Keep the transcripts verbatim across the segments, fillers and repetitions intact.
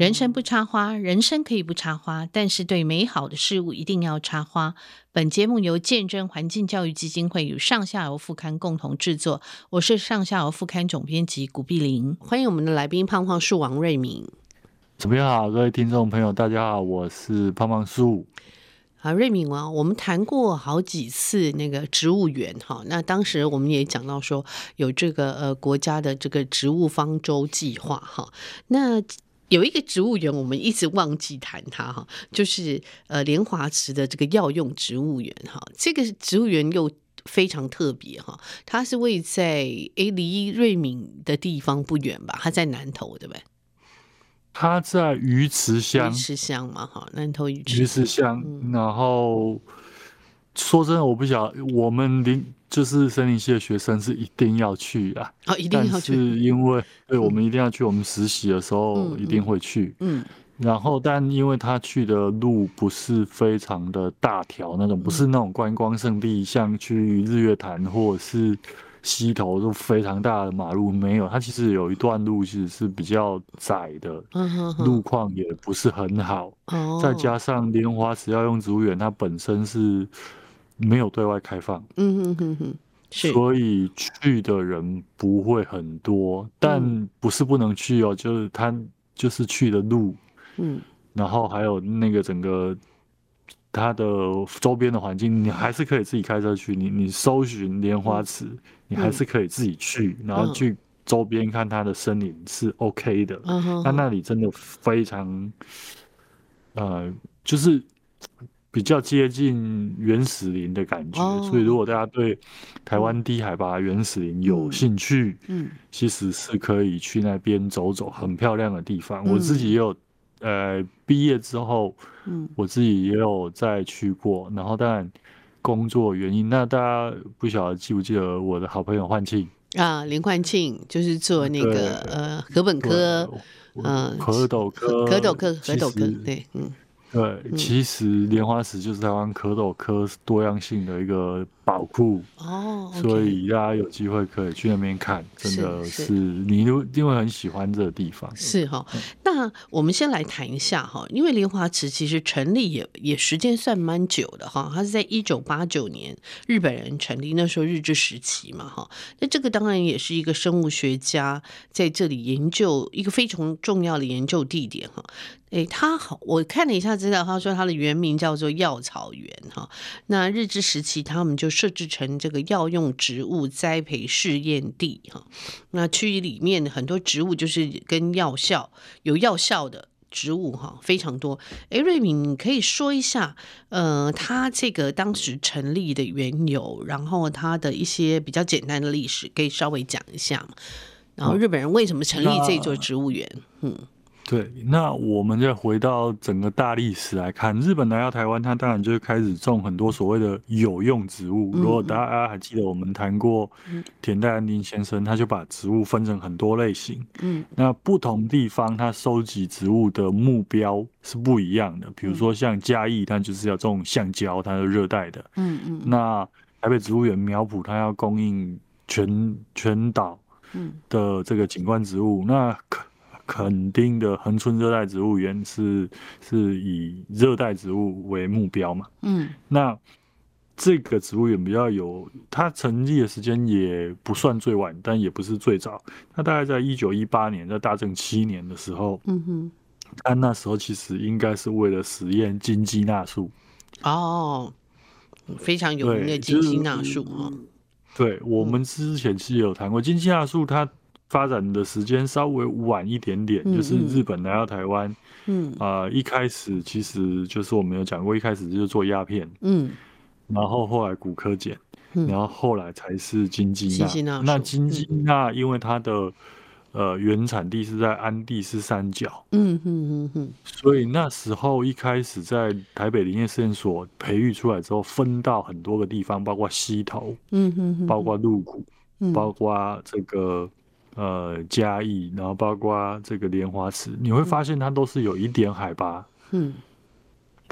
人生不插花，人生可以不插花，但是对美好的事物一定要插花。本节目由见证环境教育基金会与上下游副刊共同制作，我是上下游副刊总编辑古碧玲，欢迎我们的来宾胖胖树王瑞敏。 怎么样好，各位听众朋友，大家好，我是胖胖树。 啊，瑞敏啊，我们谈过好几次那个植物园哈，那当时我们也讲到说有这个呃国家的这个植物方舟计划哈，那有一个植物园我们一直忘记谈它哈，就是呃莲华池的这个药用植物园哈，这个植物园又非常特别哈，它是位在诶离瑞敏的地方不远吧，它在南投对不对？ 他在鱼池乡， 鱼池乡嘛，哈，南投鱼池鱼池乡。嗯、然后说真的，我不晓得，我们林就是森林系的学生是一定要去啊， 哦，一定要去， 但是因为对、嗯、我们一定要去，我们实习的时候一定会去。嗯。嗯然后，但因为他去的路不是非常的大条那种，不是那种观光胜地，像去日月潭或者是溪头都非常大的马路，没有。它其实有一段路其实是比较窄的，路况也不是很好。再加上莲花池药用植物园，它本身是没有对外开放，嗯哼哼哼，所以去的人不会很多，但不是不能去哦，就是它就是去的路。嗯，然后还有那个整个它的周边的环境，你还是可以自己开车去。你你搜寻莲花池，嗯、你还是可以自己去，嗯、然后去周边看它的森林是 OK 的。嗯、那那里真的非常，呃，就是比较接近原始林的感觉。哦、所以如果大家对台湾低海拔原始林有兴趣，嗯，嗯其实是可以去那边走走，很漂亮的地方。嗯、我自己也有。呃，毕业之后，嗯，我自己也有再去过，然后当然工作原因，那大家不晓得记不记得我的好朋友焕庆啊，林焕庆就是做那个呃禾本科， 嗯，蝌蚪科， 蝌蚪科，蝌蚪科，对，嗯。 对，嗯、其实莲花池就是台湾蝌蚪科多样性的一个宝库哦， okay、所以大家有机会可以去那边看，真的是你一定会很喜欢这个地方。 是哈、哦，嗯、那我们先来谈一下哈，因为莲花池其实成立也也时间算蛮久的哈，它是在一九八九年日本人成立，那时候日治时期嘛哈，那这个当然也是一个生物学家在这里研究一个非常重要的研究地点哈。诶，他好，我看了一下资料，他说他的原名叫做药草园哈。那日治时期，他们就设置成这个药用植物栽培试验地哈。那区域里面很多植物就是跟药效有药效的植物哈，非常多。诶，瑞敏，你可以说一下，呃，他这个当时成立的缘由，然后他的一些比较简单的历史，可以稍微讲一下嘛？然后日本人为什么成立这座植物园？嗯。 对，那我们再回到整个大历史来看，日本来到台湾，它当然就开始种很多所谓的有用植物。嗯、如果大家还记得我们谈过田代安定先生，他就把植物分成很多类型。嗯，那不同地方他收集植物的目标是不一样的。比如说像嘉义，它就是要种橡胶，它是热带的。嗯嗯。那台北植物园苗圃，它要供应全全岛的这个景观植物。那垦丁的恒春热带植物园是是以热带植物为目标嘛？嗯，那这个植物园比较有，它成立的时间也不算最晚，但也不是最早。它大概在一九一八年，在大正七年的时候，嗯哼，它那时候其实应该是为了实验金鸡纳树。 哦，非常有名的金鸡纳树哈。 对，我们之前是有谈过金鸡纳树，它发展的时间稍微晚一点点，嗯嗯就是日本来到台湾，嗯啊、呃，一开始其实就是我们有讲过，一开始就是做鸦片，嗯，然后后来古柯碱，嗯、然后后来才是金鸡纳。那金鸡纳因为它的、呃、原产地是在安第斯山脚，嗯哼哼哼，所以那时候一开始在台北林业试验所培育出来之后，分到很多个地方，包括溪头，嗯哼哼，包括鹿谷，嗯、包括这个。呃，嘉义，然后包括这个莲花池，你会发现它都是有一点海拔，嗯，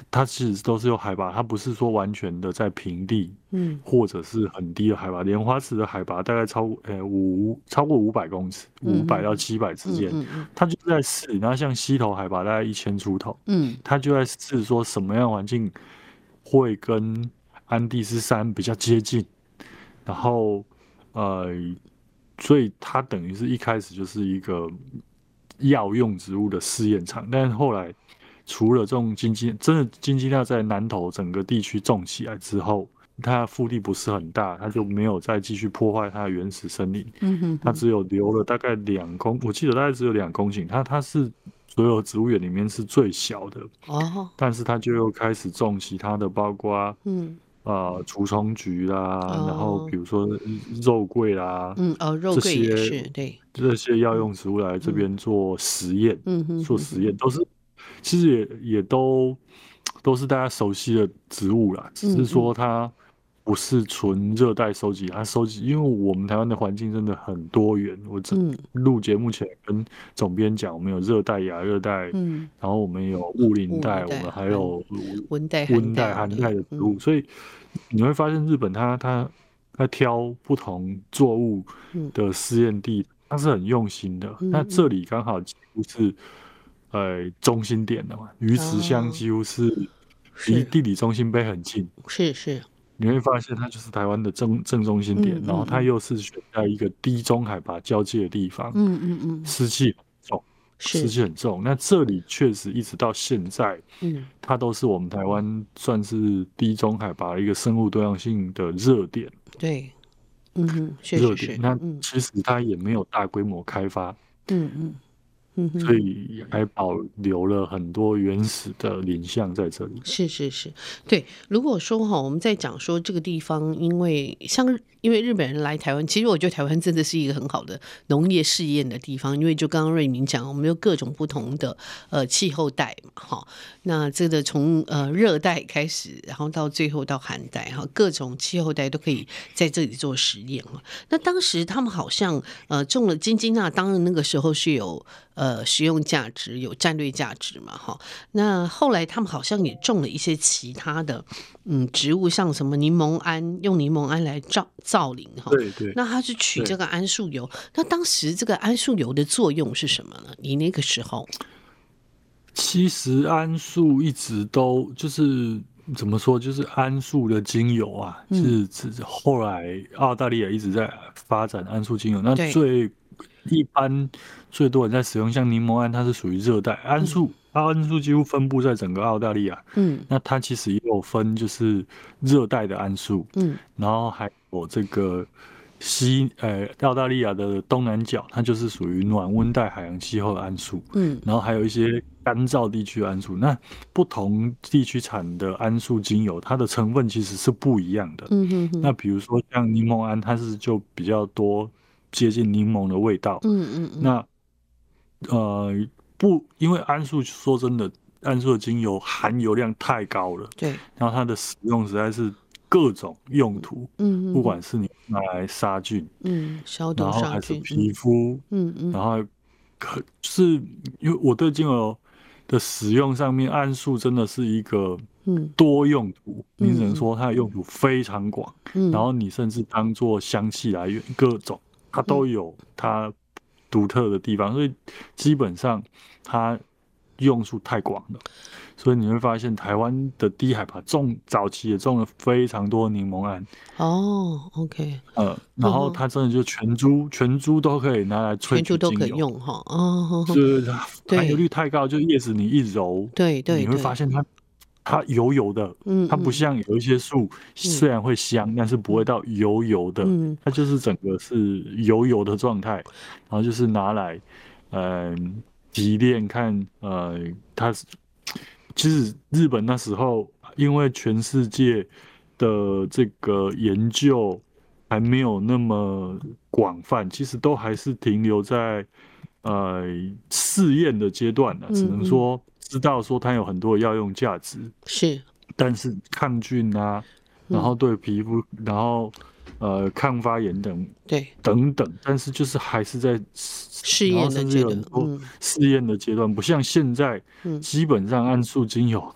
它其实都是有海拔，它不是说完全的在平地， 嗯， 或者是很低的海拔。莲花池的海拔大概超呃五超过五百公尺，五百到七百之间， 嗯嗯它就在试。然后像溪头海拔大概一千出头， 嗯， 它就在试说什么样的环境会跟安第斯山比较接近，然后呃，所以它等于是一开始就是一个药用植物的试验场，但是后来除了种金鸡，真的金鸡纳在南投整个地区种起来之后，它腹地不是很大，它就没有再继续破坏它的原始森林， 嗯哼哼， 它只有留了大概两公，我记得大概只有两公顷，它它是所有植物园里面是最小的， 哦， 但是它就又开始种其他的，包括嗯， 呃除虫菊啦，然后哦， 比如说肉桂啦， 嗯，哦，肉这桂也些是，对， 这些药用植物来这边做实验， 嗯哼做哼哼， 实验都是其实也也都都是大家熟悉的植物啦，只是嗯说它不是纯热带收集，它收集，因为我们台湾的环境真的很多元。我这嗯录节目前跟总编讲，我们有热带、亚热带， 嗯， 然后我们有雾林雾带， 林带我们还有温带、 温带、 寒带的， 寒带的植物， 嗯所以你会发现日本它它它挑不同作物嗯的试验地，它是很用心的。那嗯这里刚好几乎是呃中心点的嘛，鱼池乡哦， 几乎是离是地理中心碑很近。 是是， 你会发现它就是台湾的正正中心点， 嗯然后它嗯又是选在一个低中海拔交界的地方， 嗯嗯嗯， 湿气很重，湿是， 气很重。那这里确实一直到现在， 嗯它都是我们台湾算是低中海拔的一个生物多样性的热点。 对，嗯哼，确热点， 实是， 那嗯其实它也没有大规模开发， 嗯嗯嗯哼所以还保留了很多原始的林相在这里。 是是是，对。如果说哈，我们在讲说这个地方，因为像日因为日本人来台湾，其实我觉得台湾真的是一个很好的农业试验的地方，因为就刚刚瑞明讲，我们有各种不同的呃气候带嘛，哈。那这个从呃热带开始，然后到最后到寒带哈，各种气候带都可以在这里做实验哈。那当时他们好像呃种了金鸡纳，当然那个时候是有呃实用价值、有战略价值嘛，哈。那后来他们好像也种了一些其他的嗯植物，像什么柠檬桉，用柠檬桉来造造林哈。 对对。 那他是取对这个桉树油，那当时这个桉树油的作用是什么呢？你那个时候， 其实桉树一直都就是怎么说，就是桉树的精油啊， 嗯是是后来澳大利亚一直在发展桉树精油。那对最一般最多人在使用，像柠檬桉，它是属于热带桉树，桉树几乎分布在整个澳大利亚。 嗯那它其实也有分，就是热带的桉树， 嗯然后还有这个西呃澳大利亚的东南角，它就是属于暖温带海洋气候的桉树， 嗯然后还有一些干燥地区的桉树。那不同地区产的桉树精油，它的成分其实是不一样的。 嗯哼哼， 那比如说像柠檬桉，它是就比较多接近柠檬的味道。 嗯嗯嗯， 那呃不，因为桉树说真的，桉树的精油含油量太高了， 对， 然后它的使用实在是各种用途， 嗯嗯， 不管是你拿来杀菌， 嗯消毒然后杀菌， 还是皮肤， 嗯嗯然后可是因为我对精油的使用上面，桉树真的是一个嗯多用途， 嗯你只能说它的用途非常广， 嗯， 然后你甚至当做香气来源，各种它都有它独特的地方，所以基本上它用处太广了。所以你会发现，台湾的低海拔种早期也种了非常多柠檬桉， 哦，OK， 呃，然后它真的就全株全株都可以拿来萃全株都可以取精油， 用哈，哦， 就是它对含油率太高，就叶子你一揉， 对对你会对， 发现它它油油的， 嗯它不嗯像有一些树虽然会香，但是不会到油油的， 嗯它就是整个是油油的状态，然后就是拿来嗯提炼看，呃，它是其实日本那时候因为全世界的这个研究还没有那么广泛，其实都还是停留在呃试验的阶段呢，只能说知道说它有很多的药用价值， 是， 但是抗菌啊，然后对皮肤，然后呃抗发炎等对， 等等，但是就是还是在试验的然后甚至阶段， 有很多嗯试验的阶段，不像现在， 嗯基本上桉树精油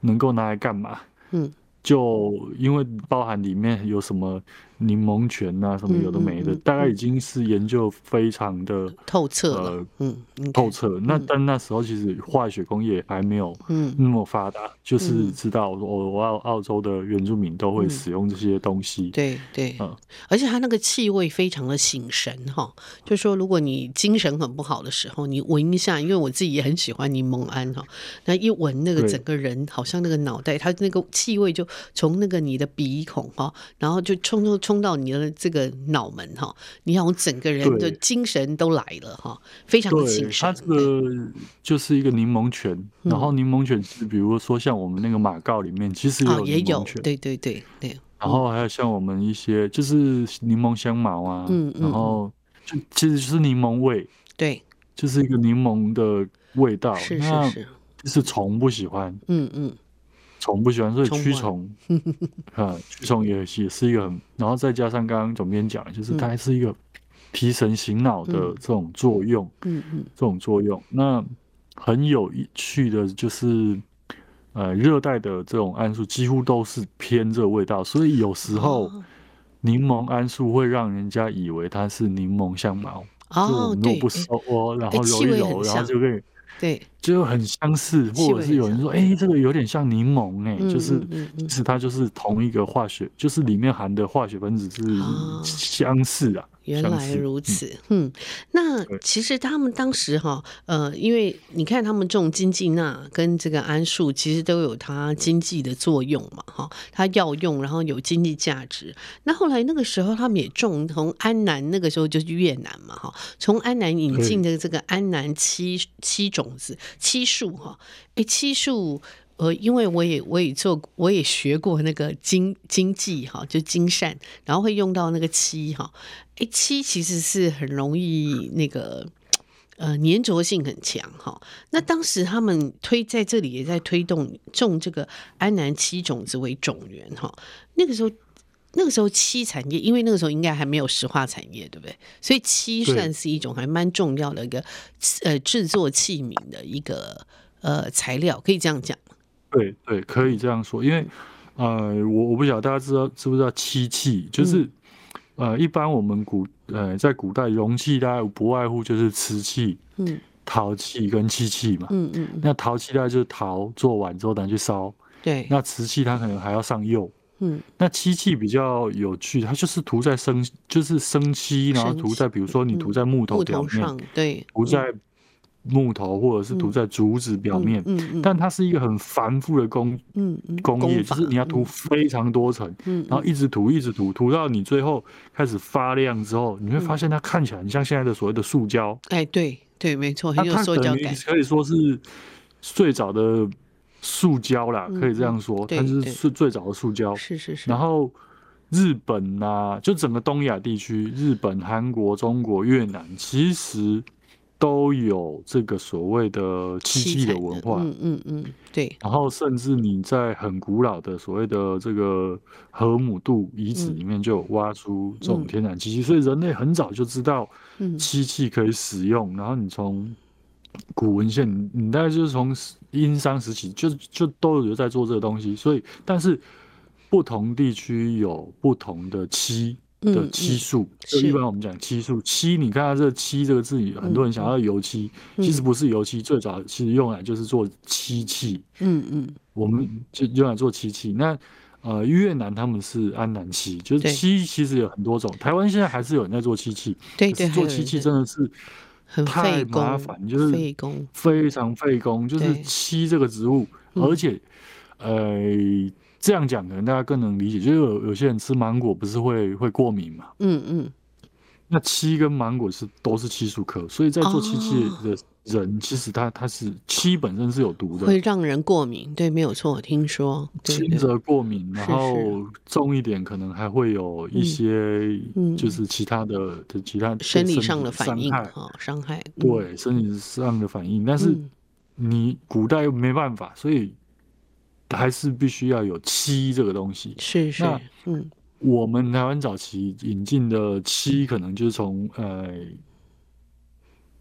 能够拿来干嘛？嗯，就因为包含里面有什么柠檬醛啊，什么有的没的，嗯嗯嗯、大概已经是研究非常的透彻了，呃、嗯， 透彻。那但那时候其实化学工业还没有那么发达，嗯、就是知道我澳澳洲的原住民都会使用这些东西。 嗯、对对，嗯，而且它那个气味非常的醒神哈，就说如果你精神很不好的时候，你闻一下，因为我自己也很喜欢柠檬胺哈，那一闻那个整个人好像那个脑袋，它那个气味就从那个你的鼻孔哈，然后就冲冲冲到你的这个脑门哈，你好像整个人的精神都来了哈，非常的醒神。 它这个就是一个柠檬醛，嗯、然后柠檬醛是比如说像我们那个马告里面其实也有柠檬醛， 哦、对对对对。 然后还有像我们一些就是柠檬香茅啊，嗯嗯、然后就其实就是柠檬味， 对， 就是一个柠檬的味道。 是是是， 就是虫不喜欢，嗯嗯，虫不喜欢，所以驱虫，啊，驱虫也也是一个很，然后再加上刚刚总编讲，就是它还是一个提神醒脑的这种作用，嗯嗯，这种作用。那很有趣的就是，呃，热带的这种桉树几乎都是偏这味道，所以有时候柠檬桉树会让人家以为它是柠檬香茅， 哦， 就我们如果不熟哦，然后揉一揉，然后就可以。 对， 就很相似，或者是有人说，哎、欸，这个有点像柠檬、欸，哎、嗯，就是其实它就是同一个化学，就是里面含的化学分子是相似啊。 原来如此，嗯，嗯，那其实他们当时哈，呃，因为你看他们种金继钠跟这个桉树，其实都有它经济的作用嘛，哈，它药用，然后有经济价值。那后来那个时候他们也种，从安南那个时候就是越南嘛，哈，从安南引进的这个安南漆漆种子漆树哈，哎，漆树。呃，因为我也我也做我也学过那个经经济哈，就经善，然后会用到那个漆哈，哎，漆其实是很容易那个呃粘着性很强哈。那当时他们推在这里也在推动种这个安南漆种子为种源哈。那个时候那个时候漆产业，因为那个时候应该还没有石化产业，对不对？所以漆算是一种还蛮重要的一个呃制作器皿的一个呃材料，可以这样讲。 对对，可以这样说，因为呃，我我不晓得大家知道知不知道漆器，就是、嗯、呃，一般我们古呃在古代容器大概不外乎就是瓷器、嗯、陶器跟漆器嘛。嗯嗯。那陶器大概就是陶做完之后拿去烧， 对。 那瓷器它可能还要上釉。嗯。那漆器比较有趣，它就是涂在生，就是生漆，然后涂在比如说你涂在木头表面， 嗯、对， 涂在。木头或者是涂在竹子表面，嗯嗯嗯、但它是一个很繁复的工、嗯嗯、工业，就是你要涂非常多层，嗯、然后一直涂一直涂，涂到你最后开始发亮之后，你会发现它看起来很像现在的所谓的塑胶。 哎，对对，没错，很有塑胶感。 可以说是最早的塑胶啦，嗯、可以这样说，它就是最早的塑胶。 是是是。 然后日本啊，就整个东亚地区，日本、韩国、中国、越南，其实。都有这个所谓的漆器的文化， 嗯嗯嗯，对。 然后甚至你在很古老的所谓的这个河姆渡遗址里面就有挖出这种天然漆器，嗯、所以人类很早就知道漆器可以使用。嗯、然后你从古文献，你你大概就是从殷商时期就就都有在做这个东西。所以，但是不同地区有不同的漆。的漆树，嗯嗯、就一般我们讲漆树，漆，你看它这“漆”这个字，很多人想要油漆，嗯、其实不是油漆，最早其实用来就是做漆器。嗯嗯，我们就用来做漆器。那呃，越南他们是安南漆，就是漆其实有很多种。台湾现在还是有人在做漆器， 对对， 做漆器真的是太麻烦，就是费工， 非常费工。就是漆这个植物，而且呃。这样讲可能大家更能理解，就是有有些人吃芒果不是会会过敏嘛？嗯嗯。那漆跟芒果是都是漆树科，所以在做漆器的人，哦、其实他他是漆本身是有毒的， 会让人过敏。对，没有错，我听说轻则过敏，然后重一点可能还会有一些就是其他的、嗯、的其他生理上的反应哈，伤害。 嗯、对，生理上的反应，但是你古代又没办法，所以。还是必须要有漆这个东西， 是是， 那嗯，我们台湾早期引进的漆，可能就是从呃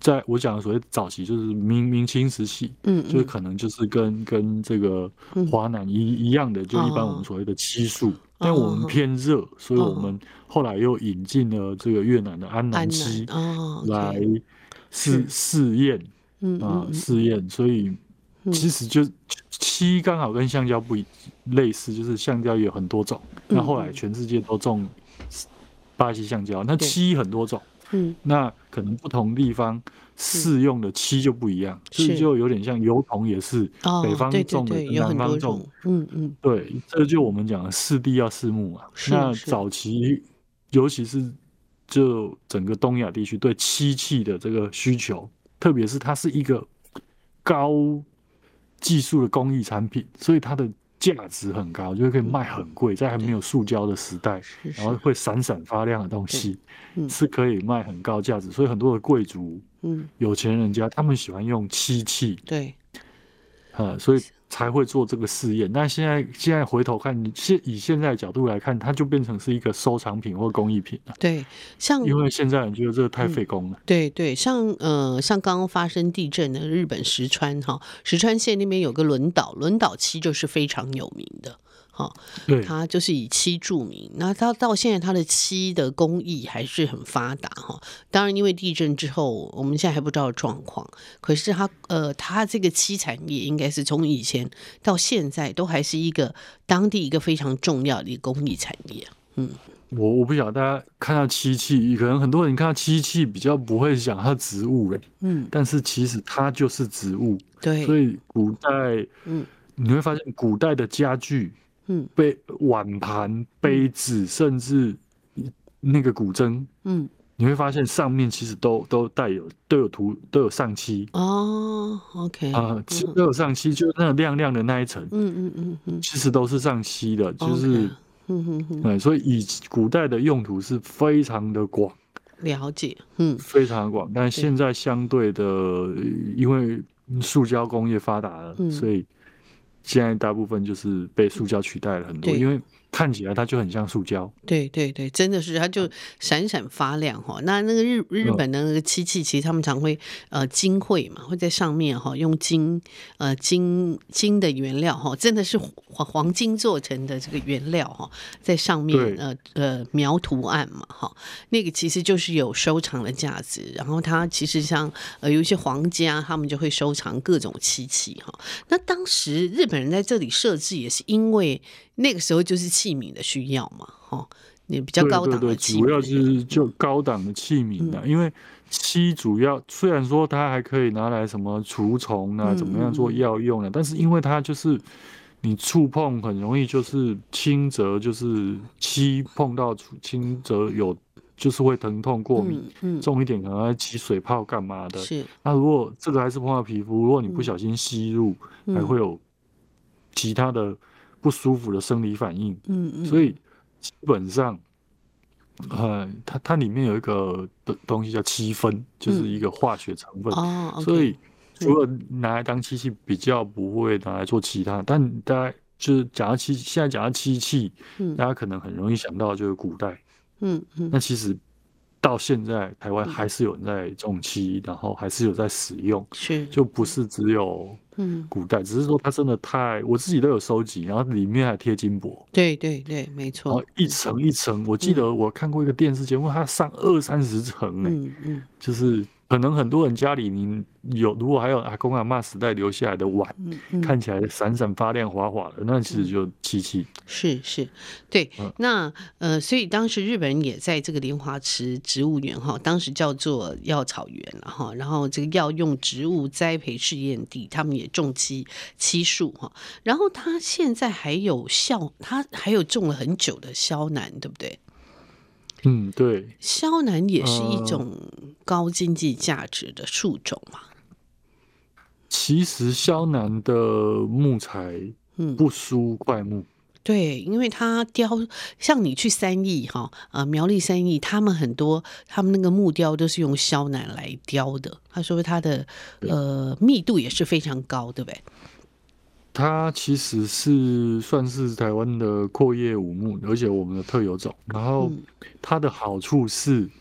在我讲的所谓早期，就是明明清时期，嗯，就是可能就是跟跟这个华南一、嗯、一样的，就一般我们所谓的漆树，哦、但我们偏热，哦、所以我们后来又引进了这个越南的安南漆来试试验，嗯啊试验，所以其实就漆刚好跟橡胶不类似，就是橡胶也有很多种，嗯、那后来全世界都种巴西橡胶，那漆很多种。嗯，那可能不同地方适用的漆就不一样，所以就有点像油桐也是， 哦、 北方种的跟南方种， 嗯嗯， 对，这就我们讲的适地要适木嘛。那早期，尤其是就整个东亚地区对漆器的这个需求，特别是它是一个高技术的工艺产品，所以它的价值很高，就可以卖很贵，在还没有塑胶的时代，然后会闪闪发亮的东西，嗯、是可以卖很高价值。所以很多的贵族、嗯、有钱人家，他们喜欢用漆器， 对， 呃，所以才会做这个试验。但现在现在回头看，现以现在的角度来看，它就变成是一个收藏品或工艺品了。 对，像因为现在人觉得这个太费工了。 嗯、对对，像呃，像刚刚发生地震的日本石川哈，石川县那边有个轮岛，轮岛漆就是非常有名的。哈，它就是以漆著名。那它到现在，它的漆的工艺还是很发达哈。当然，因为地震之后，我们现在还不知道状况。可是它呃，它这个漆产业应该是从以前到现在都还是一个当地一个非常重要的一个工艺产业。嗯， 我我不晓得大家看到漆器，可能很多人看到漆器比较不会想它植物嘞，嗯，但是其实它就是植物。 对， 所以古代，嗯，你会发现古代的家具。嗯，杯碗盘、杯子，嗯、甚至那个古筝，嗯，你会发现上面其实都都带有都有涂都有上漆哦 ，OK 啊、呃，都有上漆，就是那个亮亮的那一层，嗯嗯嗯嗯，其实都是上漆的，就是，嗯哼哼，对，所以以古代的用途是非常的广， 了解，嗯， 非常的广，但现在相对的，因为塑胶工业发达了，嗯、所以。现在大部分就是被塑胶取代了很多，因为看起来它就很像塑胶。 对对对，真的是它就闪闪发亮哈。那那个日日本的那个漆器，其实他们常会呃金绘嘛，会在上面哈用金呃金金的原料哈，真的是黄黄金做成的这个原料哈，在上面呃呃描图案嘛哈，那个其实就是有收藏的价值。然后它其实像呃有一些皇家，他们就会收藏各种漆器哈。那当时日本人在这里设置也是因为那个时候就是器皿的需要嘛，哈，你比较高档的器皿， 对对对，主要是就高档的器皿的、啊嗯，因为漆主要虽然说它还可以拿来什么除虫啊，怎么样做药用啊，嗯、但是因为它就是你触碰很容易就是轻则就是漆碰到轻则有就是会疼痛过敏，嗯嗯、重一点可能要起水泡干嘛的。 是， 那如果这个还是碰到皮肤，如果你不小心吸入，嗯、还会有其他的。不舒服的生理反应，嗯嗯，所以基本上，呃，它它里面有一个东西叫漆酚，就是一个化学成分， 哦、嗯， 所以除了拿来当漆器，比较不会拿来做其他。但大家就是讲到漆，现在讲到漆器，嗯，大家可能很容易想到就是古代，嗯嗯，那其实到现在台湾还是有人在种漆，然后还是有在使用， 是， 就不是只有。嗯，古代只是说它真的太，我自己都有收集，然后里面还贴金箔。 对对对，没错。 然后一层一层，我记得我看过一个电视节目，它上二三十层哎，嗯嗯，就是可能很多人家里你有，如果还有阿公阿嬷时代留下来的碗，嗯嗯、看起来闪闪发亮、滑滑的，那其实就漆器。 是是，对。嗯、那呃，所以当时日本人也在这个莲花池植物园哈，当时叫做药草园了哈，然后这个药用植物栽培试验地，他们也种漆漆树哈，然后他现在还有肖，他还有种了很久的肖楠，对不对？ 嗯，对， 肖楠也是一种高经济价值的树种嘛。 其实肖楠的木材不输檜木。嗯对，因为它雕，像你去三义哈，呃，苗栗三义，他们很多，他们那个木雕都是用肖楠来雕的。他说它的呃密度也是非常高，对不对？ 它其实是算是台湾的阔叶五木，而且我们的特有种。然后它的好处是，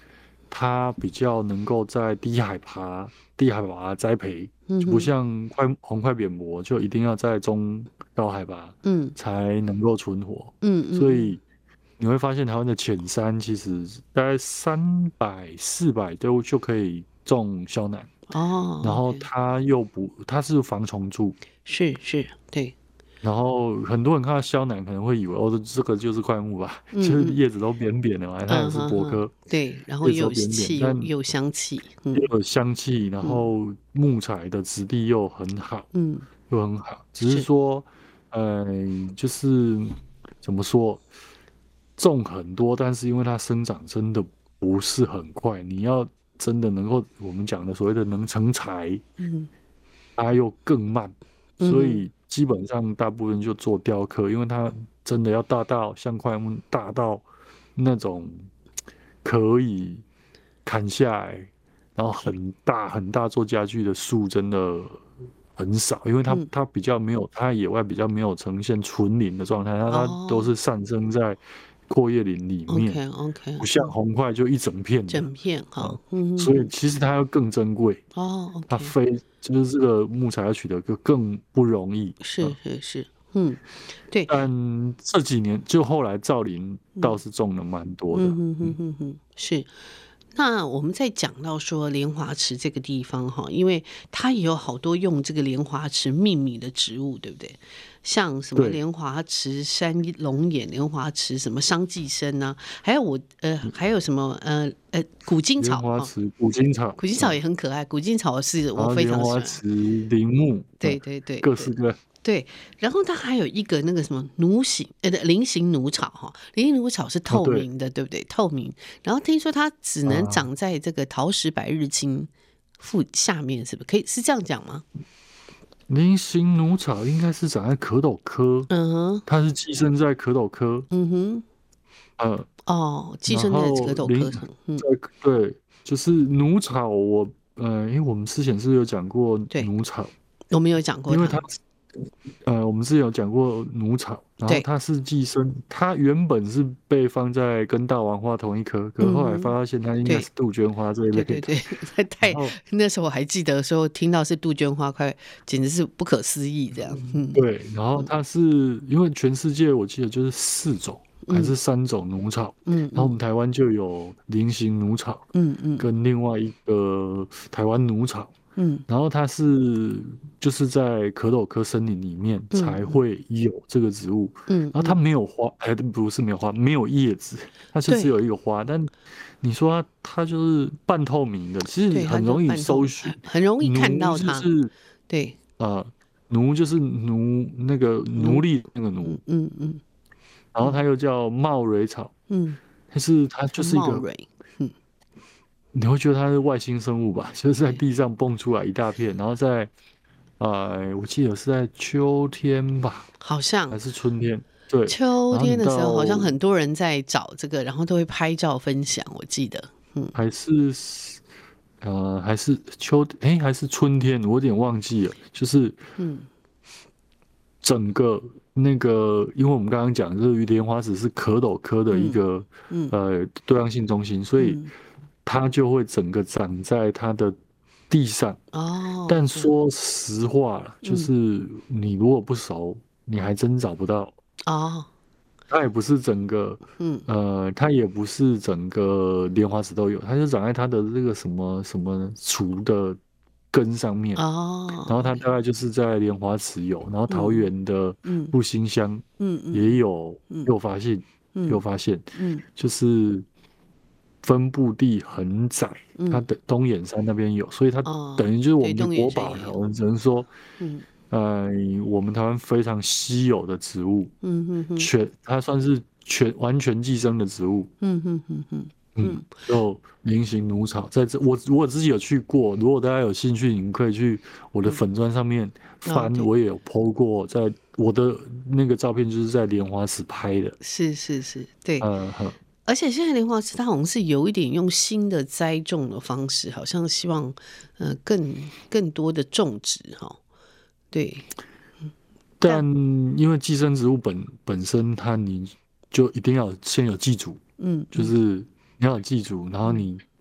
它比较能够在低海拔低海拔栽培， 嗯就不像快红快扁柏就一定要在中高海拔嗯才能够存活。 嗯嗯， 所以你会发现台湾的浅山其实大概三百四百都就可以种肖楠。 哦， 然后 OK 它又不，它是防虫蛀， 是是，对， 然后很多人看到肖楠可能会以为哦，这个就是块木吧， 嗯就是嗯叶子都扁扁的嘛，它也嗯是哼哼， 柏科， 对，然后叶子又有都扁扁， 气但又又香气，嗯又有香气，然后木材的质地又很好， 嗯， 又很好，只是是， 说，呃，就是怎么说，种很多，但是因为它生长真的不是很快，你要真的能够我们讲的所谓的能成材， 嗯它又更慢，所嗯以基本上大部分就做雕刻，因为它真的要大到像块木大到那种可以砍下来，然后很大很大做家具的树真的很少，因为它嗯， 它比较没有，它野外比较没有呈现纯林的状态，它它都哦是散生在阔叶林里面， ，OK OK， 不像嗯， 红块就一整片的整片啊， 哈，嗯所以嗯其实它要更珍贵。 嗯，哦它 ，OK， 非就是这个木材要取得更更不容易， 是嗯， 是是，嗯，对， 但这几年就后来造林倒是种了蛮多的， 嗯哼哼嗯， 哼哼，是。那我们在讲到说莲花池这个地方哈，因为它也有好多用这个莲花池命名的植物，对不对？像什么对， 莲花池、山龙眼莲花池、什么桑寄生呢？还有我呃，还有什么呃呃古今莲草哈， 花池、古今草， 古今草嗯， 也很可爱，古今草是然我非后莲花常喜欢。 池、林木，嗯， 对对对对。 各式各样， 对，然后它还有一个那个什么奴形呃菱形奴草哈，菱形奴草是哦，对透明的，对不对？透明。然后听说它只能啊， 长在这个桃石百日青附下面，是不是？可以是这样讲吗？ 菱形奴草应该是长在壳斗科， 嗯哼， 它是寄生在壳斗科， 嗯哼， 呃， 哦，寄然生在壳斗后菱科层，嗯， 在对，就是奴草我，呃，因为我们之前是不是有讲过对， 奴草， 我们有讲过它， 因为它呃，我们之前有讲过奴草，然后对， 它是寄生，它原本是被放在跟大王花同一科，可是后来嗯哼， 发现它应该对。 是杜鹃花这一类的， 对对对，太然后那时候我还记得说听到是杜鹃花，快简直是不可思议这样。嗯对，然后它是因为全世界我记得就是四种还是嗯三种奴草， 嗯嗯然后我们台湾就有菱形奴草嗯嗯跟另外一个台湾奴草， 嗯然后它是就是在壳斗科森林里面才嗯会有这个植物， 嗯然后它嗯， 没有花，哎，不是没有花，没有叶子，它就只对有一个花。但你说它它就是半透明的，其对， 实很容易它就半透明， 搜寻。 很很容易看奴到它。 就是对， 呃奴就是奴那个奴奴， 隶那个奴， 嗯嗯嗯然后它又叫茂蕊草， 嗯， 但是它是就是一个茂蕊，嗯， 你会觉得它是外星生物吧？就是在对， 地上蹦出来一大片，然后在呃，我记得是在秋天吧， 好像还是春天？对， 秋然后你天的时候，好像到很多人在找这个，然后都会拍照分享，我记得。嗯还是呃还是秋哎还是春天，我有点忘记了。就是嗯整个那个，因为我们刚刚讲，这个莲花池是壳斗科的一嗯个嗯呃多样性中心，所以嗯， 它就会整个长在它的地上。 哦， 但嗯说实话，就嗯， 是你如果不熟，你还真找不到。 哦， 它也不是整个， 嗯呃，它也不是整个莲花池都有，它就长在它的这个什么什么竹的根上面，然后哦它大 ，OK， 概就是在莲花池有，然后桃嗯园的嗯复兴乡嗯嗯也有， 嗯有发现，有嗯发现， 嗯就是分布地很窄，它嗯， 的东眼山那边有，所以它哦， 等于就是我对， 们的东元国宝了， 山也有， 我们只能说， 嗯呃，我们台湾非常稀有的植物， 嗯哼哼， 全它算是全完全寄生的植物， 嗯哼哼哼， 嗯， 嗯就菱形奴草，在这我我自己有去过，如果大家有兴趣，你们可以去我的嗯， 粉砖上面哦， 翻， 对， 我也有 po 过，在我的那个照片就是在莲花池拍的， 是是是，对。 呃，呵而且现在莲花池它好像是有一点用新的栽种的方式，好像希望呃更更多的种植哈。对， 但因为寄生植物本本身它你就一定要先有寄主， 嗯嗯就是你要有寄主，然后你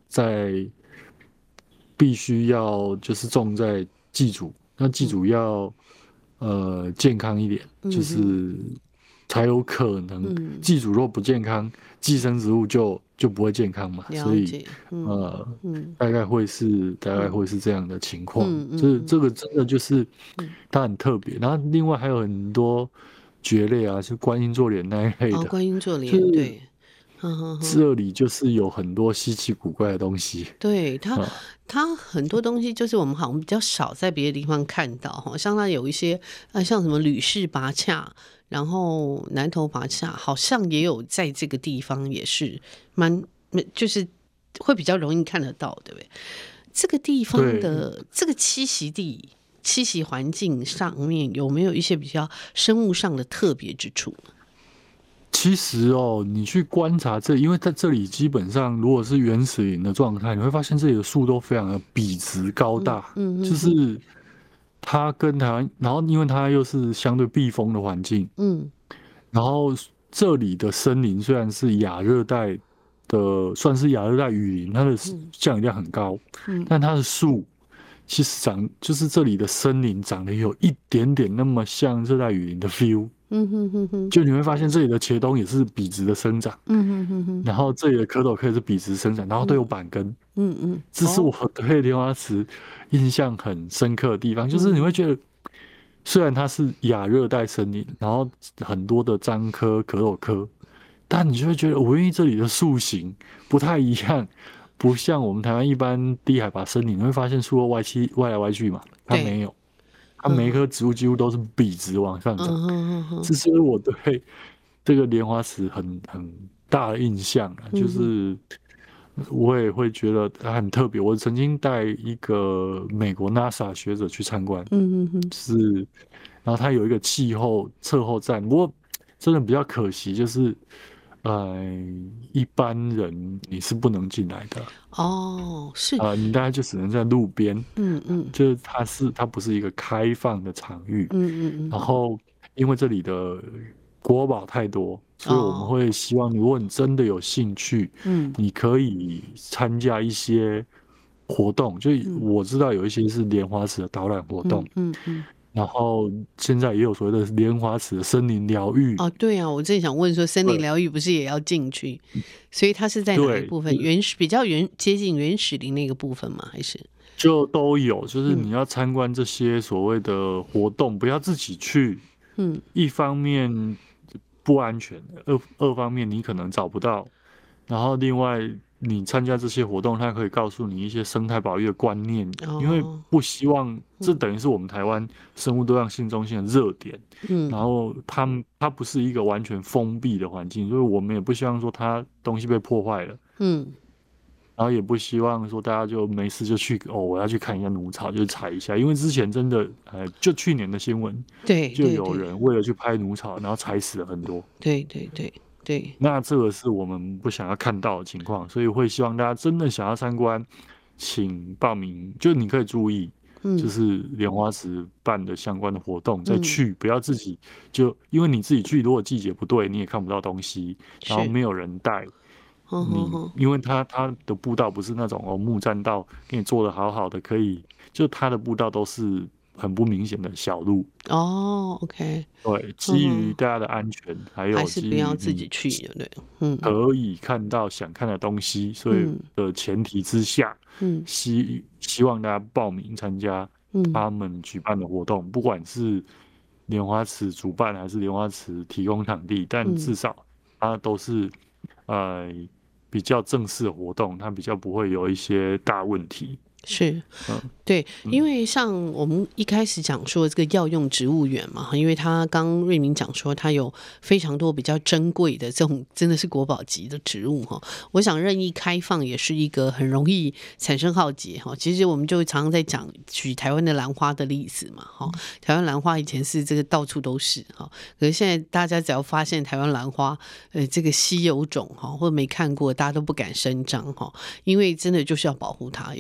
在必须要就是种在祭祖，那祭祖要、嗯、呃健康一点，嗯、就是才有可能。嗯、祭祖若不健康，寄生植物就就不会健康嘛，所以、嗯、呃、嗯，大概会是大概会是这样的情况。嗯、这这个真的就是它很特别。然后另外还有很多蕨类啊，是观音座莲那一类的。哦， 观音座莲，就是、对。 这里就是有很多稀奇古怪的东西， 对它，嗯、它很多东西就是我们好像比较少在别的地方看到哈，像它有一些呃，像什么吕氏拔洽，然后南投拔洽，好像也有在这个地方也是蛮，就是会比较容易看得到，对不对？这个地方的这个栖息地、栖息环境上面有没有一些比较生物上的特别之处呢？ 其实哦，你去观察这，因为在这里基本上如果是原始林的状态，你会发现这里的树都非常的笔直高大，嗯嗯嗯、就是它跟台湾，然后因为它又是相对避风的环境，嗯，然后这里的森林虽然是亚热带的，算是亚热带雨林，它的降雨量很高，嗯，但它的树其实长，就是这里的森林长得有一点点那么像热带雨林的 feel。嗯哼哼哼，就你会发现这里的茄冬也是笔直的生长，嗯哼哼哼，然后这里的蝌蚪可以是笔直生长，然后都有板根，嗯嗯，这是我对莲花池印象很深刻的地方，就是你会觉得，虽然它是亚热带森林，然后很多的樟科、蝌蚪科，但你就会觉得，我因为这里的树形不太一样，不像我们台湾一般低海拔森林，你会发现树会歪曲、歪来歪去嘛，它没有。它每一棵植物几乎都是笔直往上长，嗯、这是我对这个莲花池很很大的印象啊，嗯、就是我也会觉得它很特别。我曾经带一个美国 NASA 学者去参观，嗯嗯是，然后它有一个气候测候站，不过真的比较可惜，就是呃，一般人你是不能进来的。 哦，是啊、呃，你大概就只能在路边，嗯嗯，就是它是它不是一个开放的场域，嗯嗯嗯，然后因为这里的国宝太多，所以我们会希望，如果你真的有兴趣，嗯，你可以参加一些活动，就我知道有一些是莲花池的导览活动，嗯 嗯, 嗯，然后现在也有所谓的莲花池的森林疗愈。 哦，对啊，我正想问说，森林疗愈不是也要进去？所以它是在哪一部分？原始比较原接近原始林那个部分吗？还是就都有？就是你要参观这些所谓的活动，嗯、不要自己去。嗯，一方面不安全，二二方面你可能找不到，然后另外你参加这些活动，它可以告诉你一些生态保育的观念，哦、因为不希望这等于是我们台湾生物多样性中心的热点，嗯，然后它它不是一个完全封闭的环境，所以我们也不希望说它东西被破坏了，嗯。然后也不希望说大家就没事就去哦，我要去看一下奴草，就踩一下，因为之前真的，呃，就去年的新闻， 对， 就有人为了去拍奴草，然后踩死了很多。 对对对对。 那这个是我们不想要看到的情况，所以会希望大家真的想要参观，请报名，就你可以注意，嗯、就是莲花池办的相关的活动再去，嗯、不要自己就因为你自己去，如果季节不对，你也看不到东西，然后没有人带。你因为它它的步道不是那种哦木栈道，给你做的好好的，可以就它的步道都是很不明显的小路哦。OK， 对，基于大家的安全，嗯、还有还是不要自己去，对，嗯， 可以看到想看的东西，所以的前提之下，嗯，希希望大家报名参加他们举办的活动，嗯、不管是莲花池主办还是莲花池提供场地，但至少它都是呃。比较正式的活动，它比较不会有一些大问题。 是，嗯，对，因为像我们一开始讲说这个药用植物园嘛，因为他刚瑞明讲说他有非常多比较珍贵的这种真的是国宝级的植物哈，我想任意开放也是一个很容易产生浩劫哈。其实我们就常常在讲举台湾的兰花的例子嘛哈，台湾兰花以前是这个到处都是哈，可是现在大家只要发现台湾兰花呃这个稀有种哈，或者没看过，大家都不敢声张哈，因为真的就是要保护它，有时候就。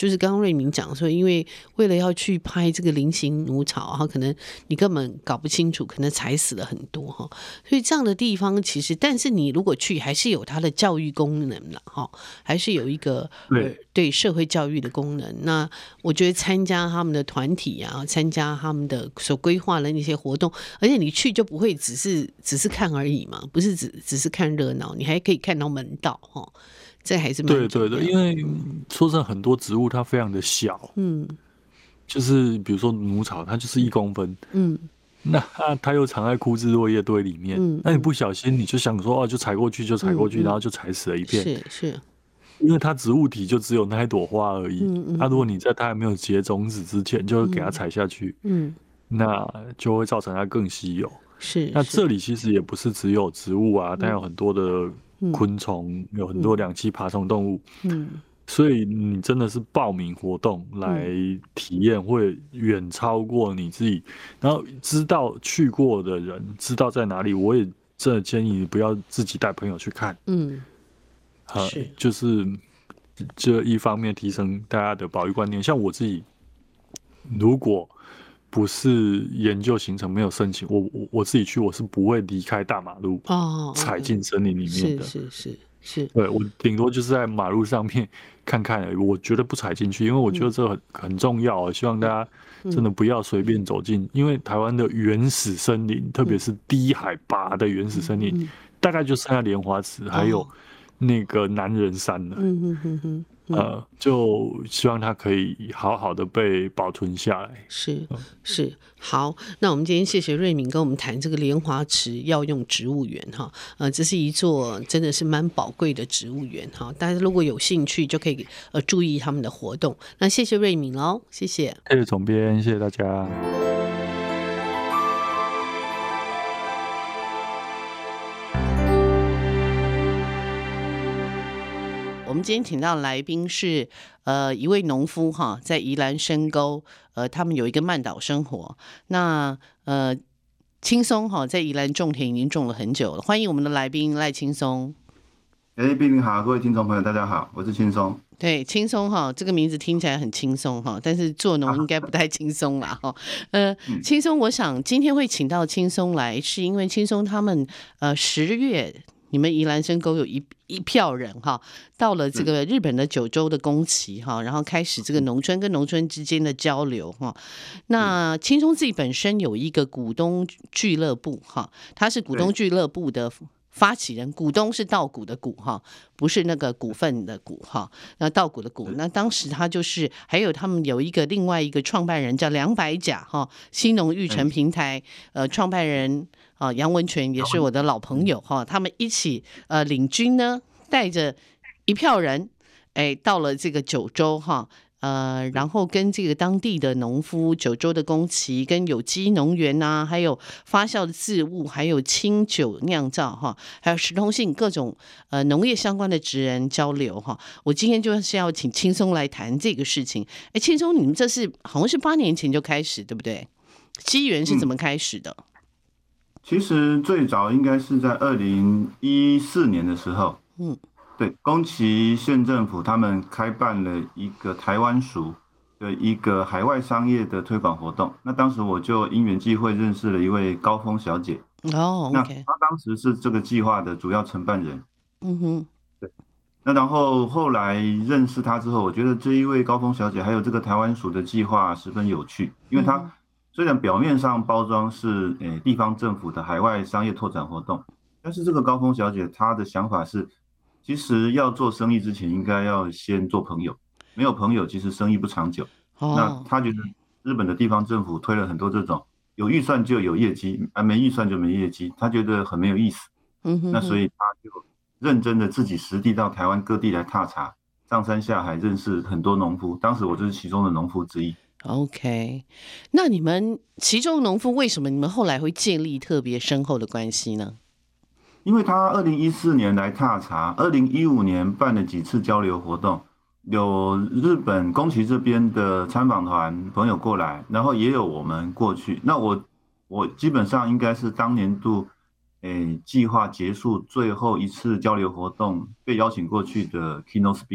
就是刚刚瑞明讲说，因为为了要去拍这个菱形奴草，哈，可能你根本搞不清楚，可能踩死了很多哈。所以这样的地方其实，但是你如果去，还是有它的教育功能了哈，还是有一个对、呃、对社会教育的功能。那我觉得参加他们的团体啊，参加他们的所规划的那些活动，而且你去就不会只是只是看而已嘛，不是只只是看热闹，你还可以看到门道哈。这还是蛮对对对，因为说真的，很多植物它非常的小，嗯，就是比如说奴草，它就是一公分，嗯，那它又藏在枯枝落叶堆里面，嗯，那你不小心你就想说哦，就踩过去就踩过去，嗯嗯，然后就踩死了一片， 是是， 因为它植物体就只有那一朵花而已，嗯嗯，那、啊、如果你在它还没有结种子之前就给它踩下去，嗯，那就会造成它更稀有。 是， 那这里其实也不是只有植物啊，但有很多的昆虫，嗯、有很多两栖爬虫动物，嗯，所以你真的是报名活动来体验，会远超过你自己。然后知道去过的人知道在哪里，我也真的建议你不要自己带朋友去看，嗯，呃、是，就是这一方面提升大家的保育观念。像我自己，如果不是研究行程没有申请，我我我自己去，我是不会离开大马路哦，踩进森林里面的。 是是是是， 对，我顶多就是在马路上面看看而已，我绝对不踩进去，因为我觉得这很很重要，希望大家真的不要随便走进，嗯、因为台湾的原始森林，特别是低海拔的原始森林，嗯、大概就剩下莲花池，还有那个南人山了。嗯哼哼哼。呃，就希望它可以好好的被保存下来。 是是，好，那我们今天谢谢瑞敏跟我们谈这个莲花池药用植物园哈，呃，这是一座真的是蛮宝贵的植物园哈，大家如果有兴趣就可以呃注意他们的活动。那谢谢瑞敏喽，谢谢， 谢谢总编，谢谢大家。 我们今天请到的来宾是呃一位农夫哈，在宜兰深沟，呃，他们有一个慢岛生活。那呃青松哈，在宜兰种田已经种了很久了。欢迎我们的来宾赖青松。 哎，碧玲好，各位听众朋友，大家好，我是青松。 对，轻松哈，这个名字听起来很轻松哈，但是做农应该不太轻松啦哈。呃，轻松，我想今天会请到轻松来，是因为轻松他们呃十月。你们宜兰深沟有一一票人哈，到了这个日本的九州的宫崎哈，然后开始这个农村跟农村之间的交流哈。那青松自己本身有一个股东俱乐部哈，他是股东俱乐部的发起人，股东是稻谷的谷哈，不是那个股份的股哈，那稻谷的谷。那当时他就是还有他们有一个另外一个创办人叫梁百甲哈，新农育成平台呃创办人。啊，杨文全也是我的老朋友哈，他们一起呃领军呢，带着一票人，哎，到了这个九州哈，呃，然后跟这个当地的农夫、九州的宫崎、跟有机农园呐、啊，还有发酵的作物，还有清酒酿造哈，还有食通性各种呃农业相关的职人交流哈。我今天就是要请青松来谈这个事情。哎，青松，你们这是好像是八年前就开始，对不对？机缘是怎么开始的？嗯其实最早应该是在二零一四年的时候，嗯，对，宫崎县政府他们开办了一个台湾熟的一个海外商业的推广活动。那当时我就因缘际会认识了一位高峰小姐， 哦， okay. 那她当时是这个计划的主要承办人，嗯哼，对。那然后后来认识她之后，我觉得这一位高峰小姐还有这个台湾熟的计划十分有趣，因为她、嗯虽然表面上包装是诶、欸、地方政府的海外商业拓展活动，但是这个高峰小姐她的想法是，其实要做生意之前应该要先做朋友，没有朋友其实生意不长久。哦、那她觉得日本的地方政府推了很多这种有预算就有业绩，啊没预算就没业绩，她觉得很没有意思。嗯哼哼那所以她就认真的自己实地到台湾各地来踏查，上山下海认识很多农夫，当时我就是其中的农夫之一。 OK， 那你们其中农夫为什么你们后来会建立特别深厚的关系呢？ 因为他二零一四年来踏查，二零一五年办了几次交流活动，有日本宫崎这边的参访团朋友过来，然后也有我们过去。那我我基本上应该是当年度诶计划结束最后一次交流活动被邀请过去的 keynote speaker。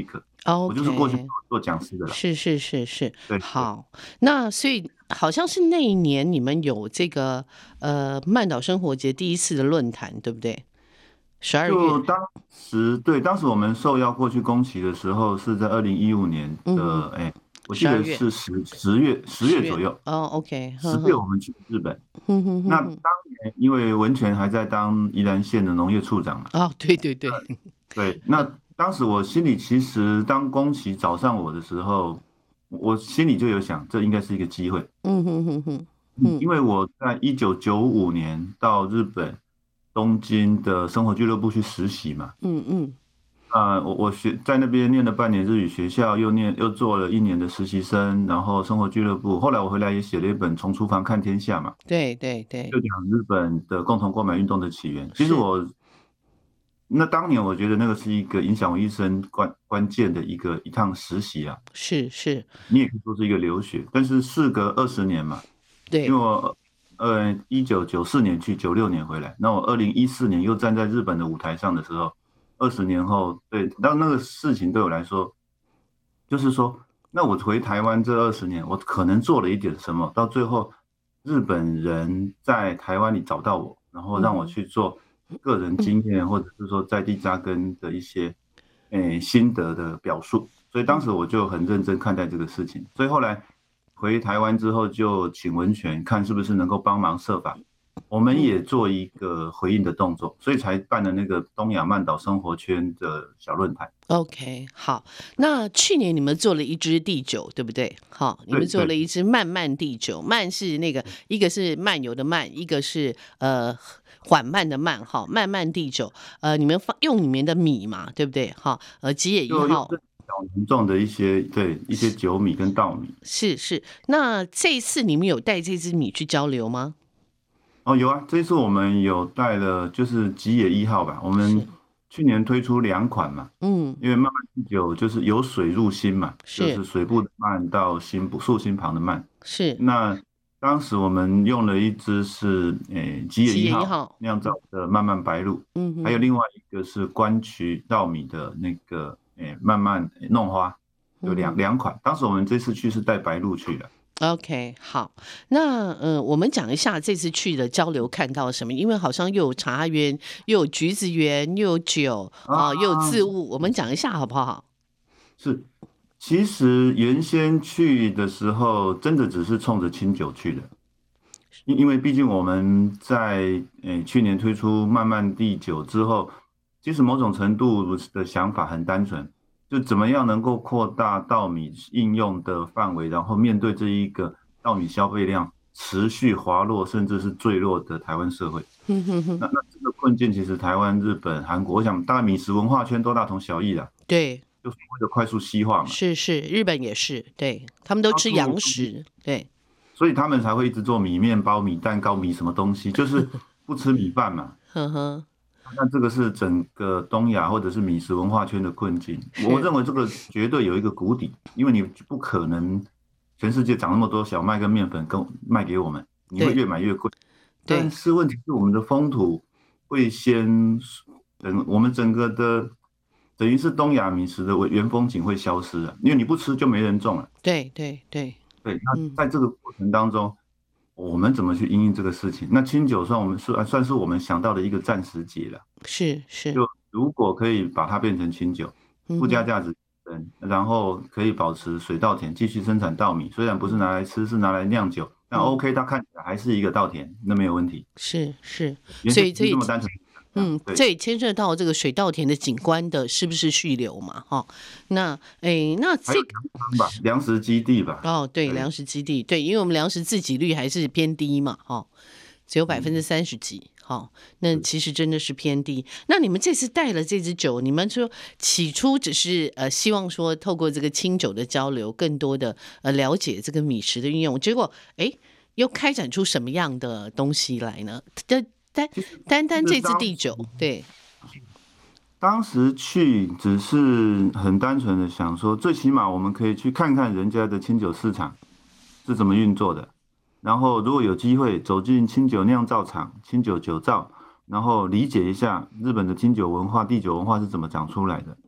，OK， 我就是过去做讲师的。 是是是是， 对， 好，那所以好像是那一年你们有这个呃曼岛生活节第一次的论坛，对不对？十二月。 就当时对，当时我们受邀过去宫崎的时候，是在二零一五年的，哎、嗯，我记得是十十月十月左右。 哦 ，OK， 十月我们去日本。 哼哼哼， 那当年因为文泉还在当宜兰县的农业处长嘛。 哦，对对对。 对，那当时我心里其实当宫崎找上我的时候，我心里就有想，这应该是一个机会。 嗯哼哼哼。 因为我在一九九五年到日本东京的生活俱乐部去实习嘛。 嗯嗯。 啊、呃，我我学在那边念了半年日语学校，又念又做了一年的实习生，然后生活俱乐部。后来我回来也写了一本《从厨房看天下》嘛。 对对对。 就讲日本的共同购买运动的起源。其实我那当年我觉得那个是一个影响我一生关关键的一个一趟实习啊。 是是。 你也可以说是一个留学，但是事隔二十年嘛。 对。 因为我呃一九九四年去，九六年回来，那我二零一四年又站在日本的舞台上的时候。二十年后，对，但那个事情对我来说，就是说，那我回台湾这二十年，我可能做了一点什么，到最后，日本人在台湾里找到我，然后让我去做个人经验，或者是说在地扎根的一些，诶心得的表述。所以当时我就很认真看待这个事情。所以后来回台湾之后，就请文泉看是不是能够帮忙设法。我们也做一个回应的动作，所以才办了那个东亚曼岛生活圈的小论坛。 OK， 好，那去年你们做了一支第九，对不对？好，你们做了一支慢慢第九，慢是那个一个是漫游的慢，一个是呃缓慢的慢，哈，慢慢第九，呃，你们放用里面的米嘛，对不对？哈，呃，吉野一号。 小农种的一些对一些酒米跟稻米。 是是，那这一次你们有带这支米去交流吗？ 哦，有啊，这次我们有带了，就是吉野一号吧。我们去年推出两款嘛，嗯，因为慢慢第九就是由水入心嘛，就是水部的慢到心部竖心旁的慢。 是。 那当时我们用了一支是诶吉野一号酿造的慢慢白露，嗯，还有另外一个是关渠稻米的那个诶慢慢弄花，有两两款。当时我们这次去是带白露去的。 OK， 好，那呃，我们讲一下这次去的交流看到什么？因为好像又有茶园，又有橘子园，又有酒啊、呃，又有字物，我们讲一下好不好？ 是，其实原先去的时候，真的只是冲着清酒去的，因因为毕竟我们在诶去年推出慢慢第九之后，其实某种程度的想法很单纯。就怎么样能够扩大稻米应用的范围，然后面对这一个稻米消费量持续滑落甚至是坠落的台湾社会。那那这个困境其实台湾、日本、韩国，我想大概米食文化圈都大同小异啦。 对， 就所谓的快速西化嘛。 是是，日本也是，对，他们都吃洋食，对， 所以他们才会一直做米面包、米蛋糕、米什么东西，就是不吃米饭嘛。呵呵。那这个是整个东亚或者是米食文化圈的困境。我认为这个绝对有一个谷底，因为你不可能全世界长那么多小麦跟面粉跟卖给我们，你会越买越贵。但是问题是我们的风土会先，等我们整个的等于是东亚米食的原风景会消失了，因为你不吃就没人种了。 对对对对，那在这个过程当中。我们怎么去因应这个事情？那清酒算我们算算是我们想到的一个暂时解了。 是是， 就如果可以把它变成清酒，附加价值嗯，然后可以保持水稻田继续生产稻米，虽然不是拿来吃，是拿来酿酒，但 OK， 它看起来还是一个稻田，那没有问题。 是是，所以这这么单纯。 嗯，这也牵涉到这个水稻田的景观的是不是续留嘛？哈，那诶，那这个粮食基地吧？ 哦，对，粮食基地，对，因为我们粮食自给率还是偏低嘛，哈，只有百分之三十几，哈，那其实真的是偏低。那你们这次带了这支酒，你们说起初只是呃希望说透过这个清酒的交流，更多的呃了解这个米食的运用，结果哎又开展出什么样的东西来呢？这单单单这支第九，对， 当时去只是很单纯的想说，最起码我们可以去看看人家的清酒市场是怎么运作的，然后如果有机会走进清酒酿造厂、清酒酒造，然后理解一下日本的清酒文化、地酒文化是怎么长出来的，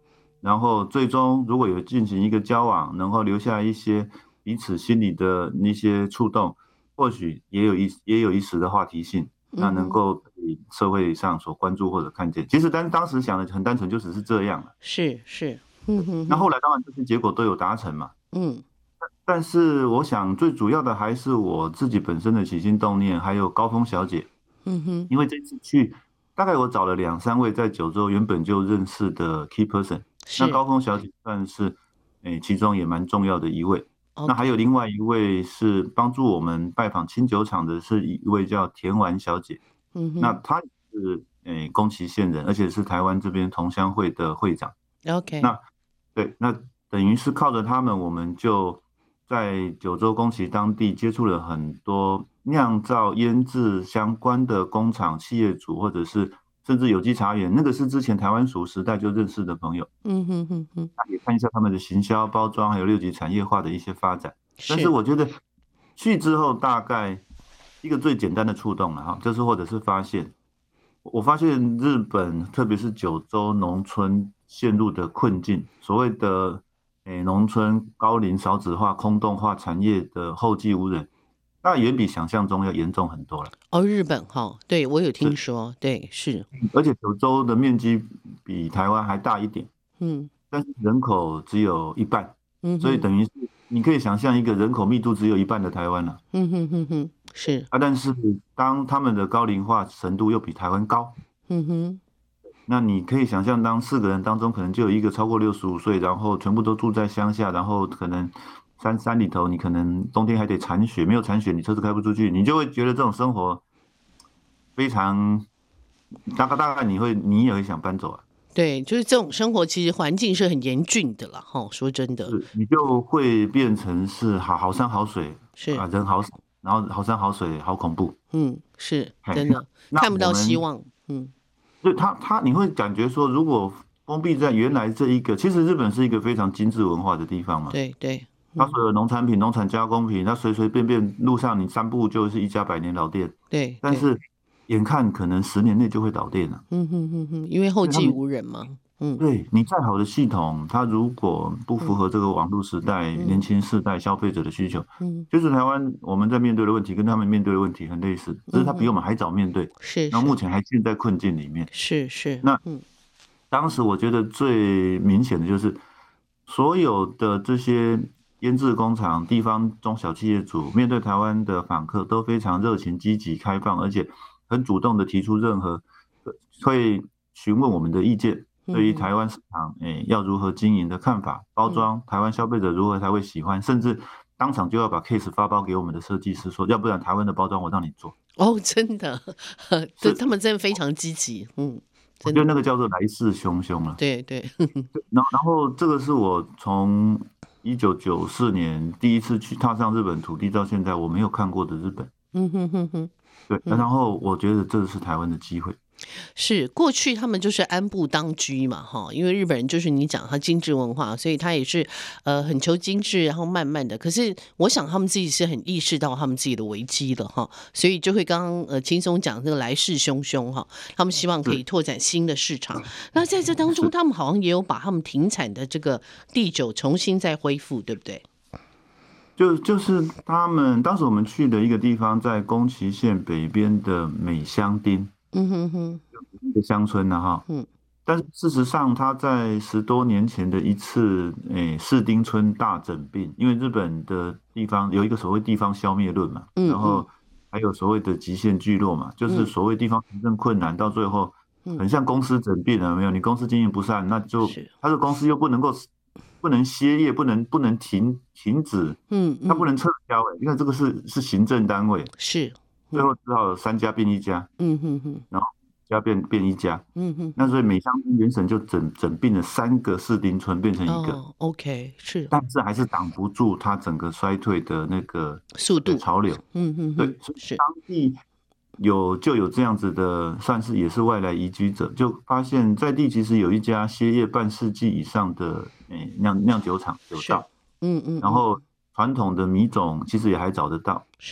然后最终如果有进行一个交往，能够留下一些彼此心里的那些触动，或许也有一也有一时的话题性，那能够被社会上所关注或者看见。其实当当时想的很单纯，就只是这样了。 是是，嗯哼。 那后来当然这些结果都有达成嘛。嗯。但是我想最主要的还是我自己本身的起心动念，还有高峰小姐。嗯哼。因为这次去，大概我找了两三位在九州原本就认识的 key person， 那高峰小姐算是，欸、其中也蛮重要的一位。Okay. 那还有另外一位是帮助我们拜访清酒厂的，是一位叫田丸小姐。嗯哼。那她是诶宫崎县人，而且是台湾这边同乡会的会长。 OK。 那对，那等于是靠着他们，我们就在九州宫崎当地接触了很多酿造、腌制相关的工厂、企业主，或者是甚至有机茶园，那个是之前台湾署时代就认识的朋友。嗯哼哼哼。也看一下他们的行销、包装，还有六级产业化的一些发展。但是我觉得去之后，大概一个最简单的触动了哈，就是或者是发现，我发现日本特别是九州农村陷入的困境，所谓的诶农村高龄少子化、空洞化产业的后继无人。那远比想象中要严重很多了。 哦，日本哈，对我有听说，对是， 而且九州的面积比台湾还大一点，嗯，但是人口只有一半，嗯，所以等于是你可以想象一个人口密度只有一半的台湾了， 嗯哼哼哼，是啊，但是当他们的高龄化程度又比台湾高，嗯哼，那你可以想象，当四个人当中可能就有一个超过六十五岁，然后全部都住在乡下，然后可能。山山里头，你可能冬天还得铲雪，没有铲雪，你车子开不出去，你就会觉得这种生活非常，大概大概你会你也会想搬走啊。 对，就是这种生活，其实环境是很严峻的啦，哈，说真的， 你就会变成是好好山好水， 是啊，人好少，然后好山好水好恐怖， 嗯，是真的看不到希望，嗯， 对他他你会感觉说，如果封闭在原来这一个，其实日本是一个非常精致文化的地方嘛， 对对。 它所有农产品、农产加工品，它随随便便路上你三步就是一家百年老店。 对， 但是眼看可能十年内就会倒店了。 嗯哼哼哼，因为后继无人嘛。嗯， 对你再好的系统，它如果不符合这个网络时代、嗯、年轻世代消费者的需求，嗯，就是台湾我们在面对的问题跟他们面对的问题很类似，只是他比我们还早面对。 是、嗯， 然后目前还陷在困境里面。 是是。 那、嗯、当时我觉得最明显的就是，所有的这些。腌制工厂、地方中小企业主面对台湾的访客都非常热情、积极、开放，而且很主动的提出任何会询问我们的意见，对于台湾市场、欸、要如何经营的看法、包装，台湾消费者如何才会喜欢，甚至当场就要把 case 发包给我们的设计师说，要不然台湾的包装我让你做。 哦，真的，对，他们真的非常积极，嗯。 我觉得那个叫做来势汹汹了。 对对， 然后然后这个是我从一九九四年第一次去踏上日本土地到现在我没有看过的日本。嗯哼哼哼，对，然后我觉得这是台湾的机会。 是过去他们就是安步当居嘛，哈，因为日本人就是你讲他精致文化，所以他也是呃很求精致，然后慢慢的。可是我想他们自己是很意识到他们自己的危机的哈，所以就会刚刚呃轻松讲这个来势汹汹哈，他们希望可以拓展新的市场。那在这当中，他们好像也有把他们停产的这个地酒重新再恢复，对不对？ 就就是他们当时我们去的一个地方，在宫崎县北边的美香町。嗯哼哼，一个乡村呢、啊、哈，嗯，但是事实上，他在十多年前的一次诶市町村大整并，因为日本的地方有一个所谓地方消灭论嘛，嗯嗯然后还有所谓的极限聚落嘛，就是所谓地方行政困难，到最后很像公司整并了，没有你公司经营不善，那就他的公司又不能够不能歇业，不能不能停停止，嗯，他不能撤销，哎，因为这个是是行政单位， 是。 最后只好三家变一家，嗯哼哼，然后家变变一家，嗯哼，那所以美香町原省就整整并了三个市町村变成一个、 哦、，OK 是， 但是还是挡不住它整个衰退的那个速度潮流， 嗯哼哼， 对，所以当地有就有这样子的，算是也是外来移居者，就发现在地其实有一家歇业半世纪以上的诶酿酿酒厂酒造，嗯嗯，然后传统的米种其实也还找得到， 是。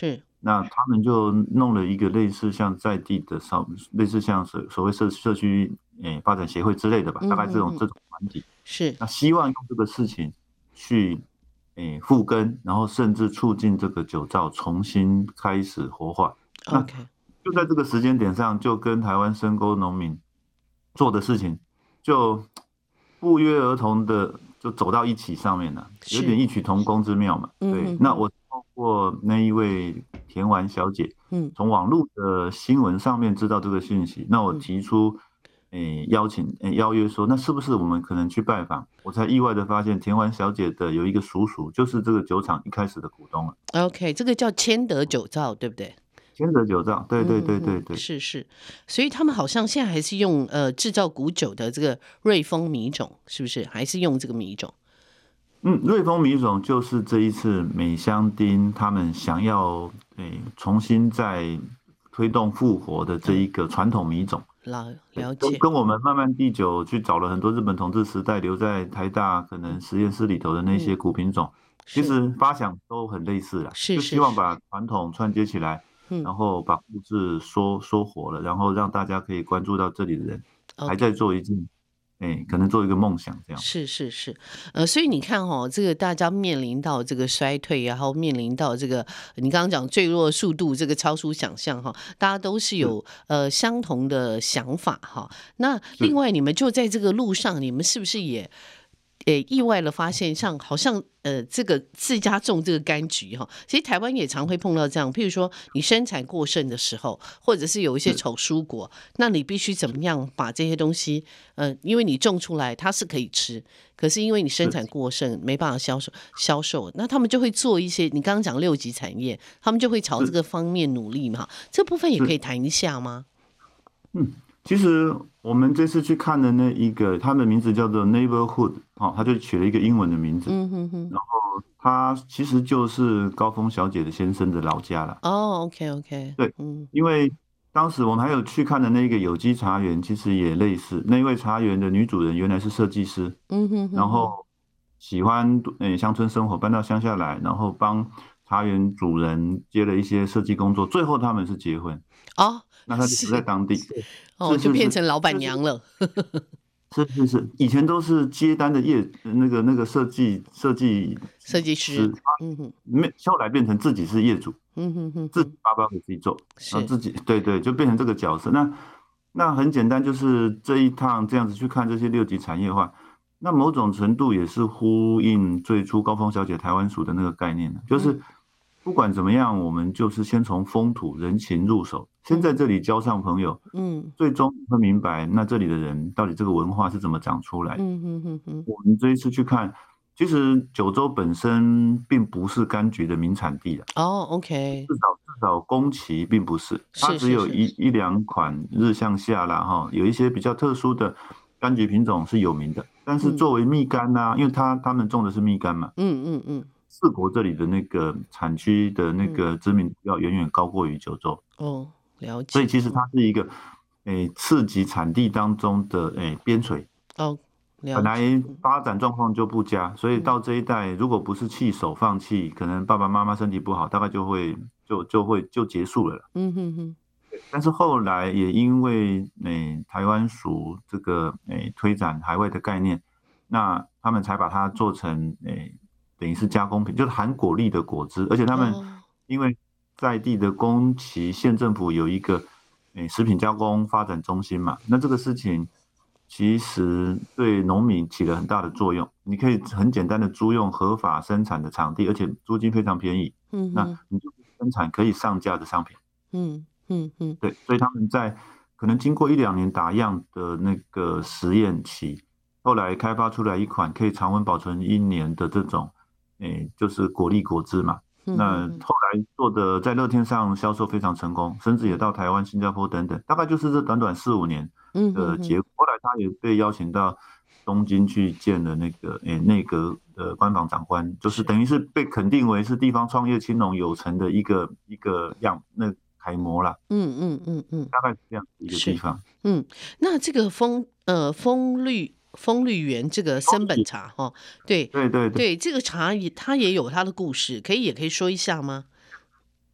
那他们就弄了一个类似像在地的少，类似像所所谓社社区诶、欸、发展协会之类的吧，大概这种、嗯、这种团体是。 那希望用这个事情去诶复耕，然后甚至促进这个酒造重新开始活化。 OK， 就在这个时间点上，就跟台湾深沟农民做的事情就不约而同的就走到一起上面了，有点异曲同工之妙嘛。对，那我透过那一位田丸小姐，嗯，从网络的新闻上面知道这个讯息，那我提出，诶、欸、邀请，诶、欸、邀约说，那是不是我们可能去拜访？我才意外的发现，田丸小姐的有一个叔叔就是这个酒厂一开始的股东了。 OK， 这个叫千德酒造，对不对？ 千德酒造，对对对对对， 嗯、是是，所以他们好像现在还是用呃制造古酒的这个瑞丰米种，是不是？还是用这个米种？ 嗯，瑞丰米种就是这一次美香町他们想要诶、欸、重新再推动复活的这一个传统米种。 了了解， 跟我们慢慢地酒去找了很多日本统治时代留在台大可能实验室里头的那些古品种，嗯、其实发想都很类似啦， 是是是， 就希望把传统串接起来。然后把故事说说活了，然后让大家可以关注到这里的人还在做一件，哎、okay. 欸，可能做一个梦想这样。 是是是，呃，所以你看哦，这个大家面临到这个衰退，然后面临到这个你刚刚讲坠落速度这个超出想象哈，大家都是有呃相同的想法哈。那另外你们就在这个路上，你们是不是也？呃，意外的发现，像好像呃，这个自家种这个柑橘哈，其实台湾也常会碰到这样，譬如说你生产过剩的时候，或者是有一些丑蔬果，那你必须怎么样把这些东西，呃，因为你种出来它是可以吃，可是因为你生产过剩没办法销售销售，那他们就会做一些，你刚刚讲六级产业，他们就会朝这个方面努力嘛，这部分也可以谈一下吗？ 嗯。其实我们这次去看的那一个，它的名字叫做 Neighborhood， 哦，他就取了一个英文的名字，嗯哼哼，然后它其实就是高峰小姐的先生的老家了。 哦 ，OK OK， 对，嗯，因为当时我们还有去看的那个有机茶园，其实也类似，那位茶园的女主人原来是设计师，嗯哼哼，然后喜欢诶乡村生活，搬到乡下来，然后帮茶园主人接了一些设计工作，最后他们是结婚。 哦。 那他就不在当地， 哦，就变成老板娘了。 是是是，以前都是接单的业，那个那个设计设计设计师，嗯哼， 没后来变成自己是业主，嗯哼哼，自己包包给自己做，然后自己对对，就变成这个角色。那那很简单，就是这一趟这样子去看这些六级产业化，那某种程度也是呼应最初高峰小姐台湾署的那个概念，就是不管怎么样，我们就是先从风土人情入手。先在这里交上朋友，嗯，最终会明白那这里的人到底这个文化是怎么长出来的。嗯哼哼哼。我们这一次去看，其实九州本身并不是柑橘的名产地了。 哦 ，OK。 至少至少宫崎并不是，它只有一一两款日向夏啦哈，有一些比较特殊的柑橘品种是有名的，但是作为蜜柑呐、啊，因为它他们种的是蜜柑嘛，嗯嗯嗯，四国这里的那个产区的那个知名度要远远高过于九州。 哦。了解， 所以其实它是一个，诶、欸，次级产地当中的诶边陲哦， 本来发展状况就不佳，所以到这一代，如果不是弃守放弃，可能爸爸妈妈身体不好，大概就会就就会就结束了。嗯哼哼。但是后来也因为诶、欸、台湾属这个诶、欸、推展海外的概念，那他们才把它做成诶、欸、等于是加工品，就是含果粒的果汁，而且他们因为在地的宫崎县政府有一个诶食品加工发展中心嘛，那这个事情其实对农民起了很大的作用。你可以很简单的租用合法生产的场地，而且租金非常便宜，嗯，那你就生产可以上架的商品，嗯嗯嗯，对，所以他们在可能经过一两年打样的那个实验期，后来开发出来一款可以常温保存一年的这种，诶就是果粒果汁嘛。那后来做的在乐天上销售非常成功，甚至也到台湾、新加坡等等，大概就是这短短四五年的结果。后来他也被邀请到东京去见了那个诶内阁的官房长官，就是等于是被肯定为是地方创业青农有成的一个一个样那楷模啦。嗯嗯嗯嗯，大概是这样一个地方。 嗯，那这个风呃风绿。丰绿园这个森本茶哈，对对对 对, 对，这个茶也它也有它的故事，可以也可以说一下吗？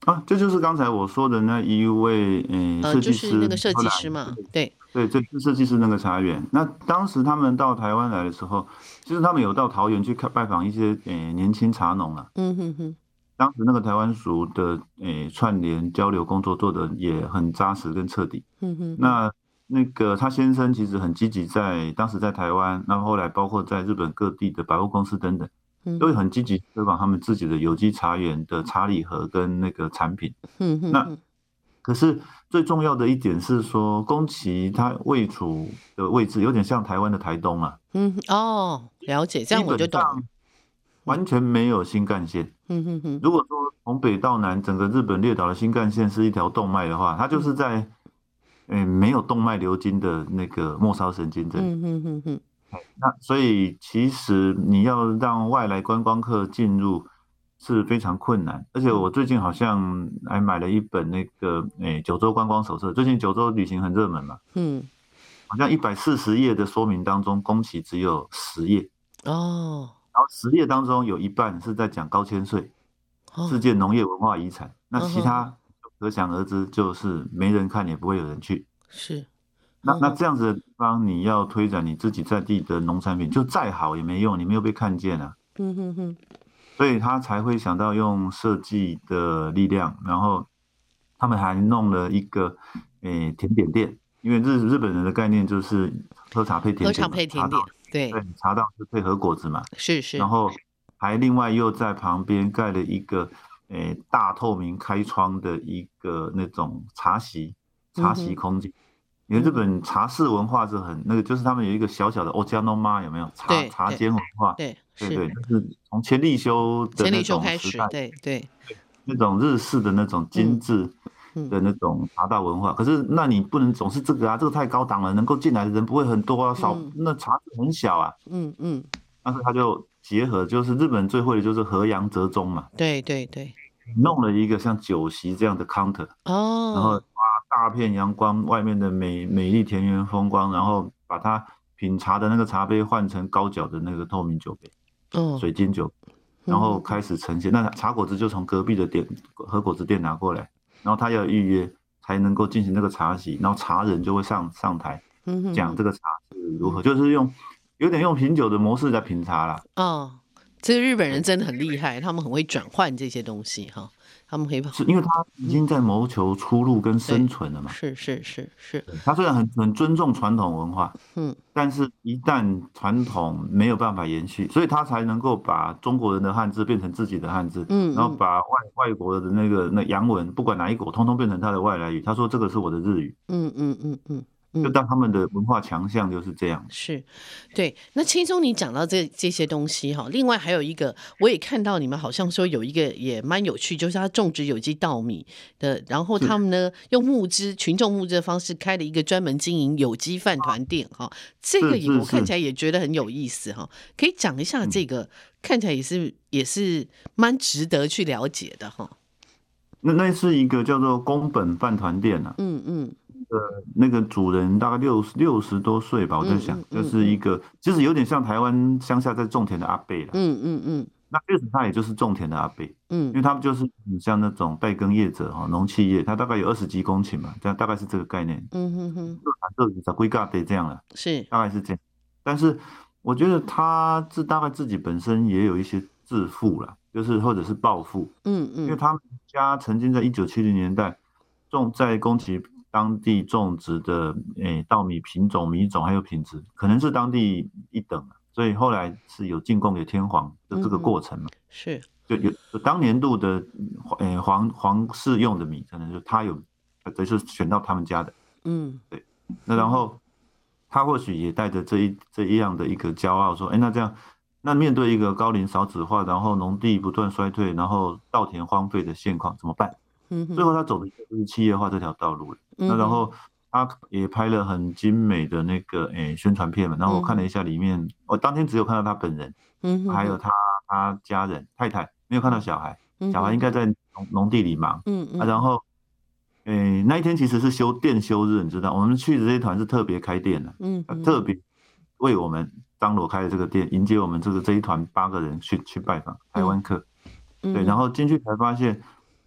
啊，这就是刚才我说的那一位，嗯、呃，设计师， 呃，就是那个设计师嘛，对， 对，这是设计师那个茶园。那当时他们到台湾来的时候，其实他们有到桃园去看拜访一些，呃，年轻茶农了。 嗯哼哼。 当时那个台湾署的，呃，串联交流工作做得也很扎实跟彻底。 嗯哼。 那那个他先生其实很积极，在当时在台湾，那后来包括在日本各地的百货公司等等。都会很积极推广他们自己的有机茶园的茶礼盒跟那个产品。 嗯哼。 那可是最重要的一点是说，宫崎它位处的位置有点像台湾的台东啊。 嗯，哦，了解，这样我就懂了。 完全没有新干线。 嗯哼哼。 如果说从北到南，整个日本列岛的新干线是一条动脉的话，它就是在，嗯、没有动脉流经的那个末梢神经这里。 嗯哼哼哼。 那所以其实你要让外来观光客进入是非常困难，而且我最近好像还买了一本那个诶九州观光手册，最近九州旅行很热门嘛， 嗯， 好像一百四十页的说明当中，宫崎只有十页哦， 然后十页当中有一半是在讲高千穗， 哦， 世界农业文化遗产，那其嗯他可想而知就是没人看也不会有人去， 是。 那那这样子的地方，你要推展你自己在地的农产品，就再好也没用，你没有被看见啊。 嗯哼哼。 所以他才会想到用设计的力量，然后他们还弄了一个诶、甜点店，因为日日本人的概念就是喝茶配甜点， 喝茶配甜点，对对，茶道是配和果子嘛， 是是。 然后还另外又在旁边盖了一个诶、大透明开窗的一个那种茶席茶席空间。因为日本茶室文化是很那个，就是他们有一个小小的お茶の間，有没有茶茶间文化？ 对对对，就是从千利休的那种时代， 对对， 那种日式的那种精致的那种茶道文化。可是那你不能总是这个啊，这个太高档了，能够进来的人不会很多啊，少那茶室很小啊。 嗯嗯。 但是他就结合，就是日本最会的就是和洋折中嘛。 对对对。 弄了一个像酒席这样的 counter， 哦， 然后哇，大片阳光，外面的美美丽田园风光，然后把它品茶的那个茶杯换成高脚的那个透明酒杯， 哦， 水晶酒，然后开始呈现。那茶果子就从隔壁的店和果子店拿过来，然后他要预约才能够进行那个茶席，然后茶人就会上上台讲这个茶是如何，就是用有点用品酒的模式在品茶啦。 哦。这个日本人真的很厉害，他们很会转换这些东西哈，他们可以是因为他已经在谋求出路跟生存了嘛。 是是是是。 他虽然很很尊重传统文化，嗯，但是一旦传统没有办法延续，所以他才能够把中国人的汉字变成自己的汉字，嗯，然后把外外国的那个那洋文，不管哪一国，通通变成他的外来语。他说这个是我的日语，嗯嗯嗯嗯。就当他们的文化强项就是这样。 是，对。那青松你讲到这这些东西哈，另外还有一个，我也看到你们好像说有一个也蛮有趣，就是他种植有机稻米的，然后他们呢用募资、群众募资的方式开了一个专门经营有机饭团店哈，这个也我看起来也觉得很有意思哈，可以讲一下这个，嗯、看起来也是也是蛮值得去了解的哈。 那那是一个叫做宫本饭团店啊，嗯嗯。呃，那个主人大概六十六十多岁吧，我在想，嗯嗯嗯、就是一个其实有点像台湾乡下在种田的阿伯了。嗯嗯嗯。那确实他也就是种田的阿伯，嗯，因为他们就是像那种代耕业者哈，农企业，他大概有二十几公顷嘛，这样大概是这个概念。嗯哼哼。就产这几归嘎得这样了， 是大概是这样。但是我觉得他是大概自己本身也有一些致富了，就是或者是暴富。嗯嗯。因为他们家曾经在一九七零年代种在宫崎当地种植的诶稻米品种、米种还有品质，可能是当地一等，所以后来是有进贡给天皇的这个过程嘛。嗯、 是， 就有有当年度的诶皇皇室用的米，可能就他有，等于是选到他们家的。嗯，对。那然后他或许也带着这一这一样的一个骄傲，说，哎，那这样，那面对一个高龄少子化，然后农地不断衰退，然后稻田荒废的现况怎么办？最后他走的就是企业化这条道路了。嗯、那然后他也拍了很精美的那个诶、欸、宣传片嘛，然后我看了一下里面，我当天只有看到他本人，嗯、还有他他家人太太，没有看到小孩，嗯、小孩应该在农农地里忙。嗯嗯、啊。然后诶、欸、那一天其实是休店休日，你知道，我们去的这一团是特别开店的，嗯、啊，特别为我们张罗开的这个店，迎接我们这个这一团八个人去去拜访台湾客。嗯、对，然后进去才发现。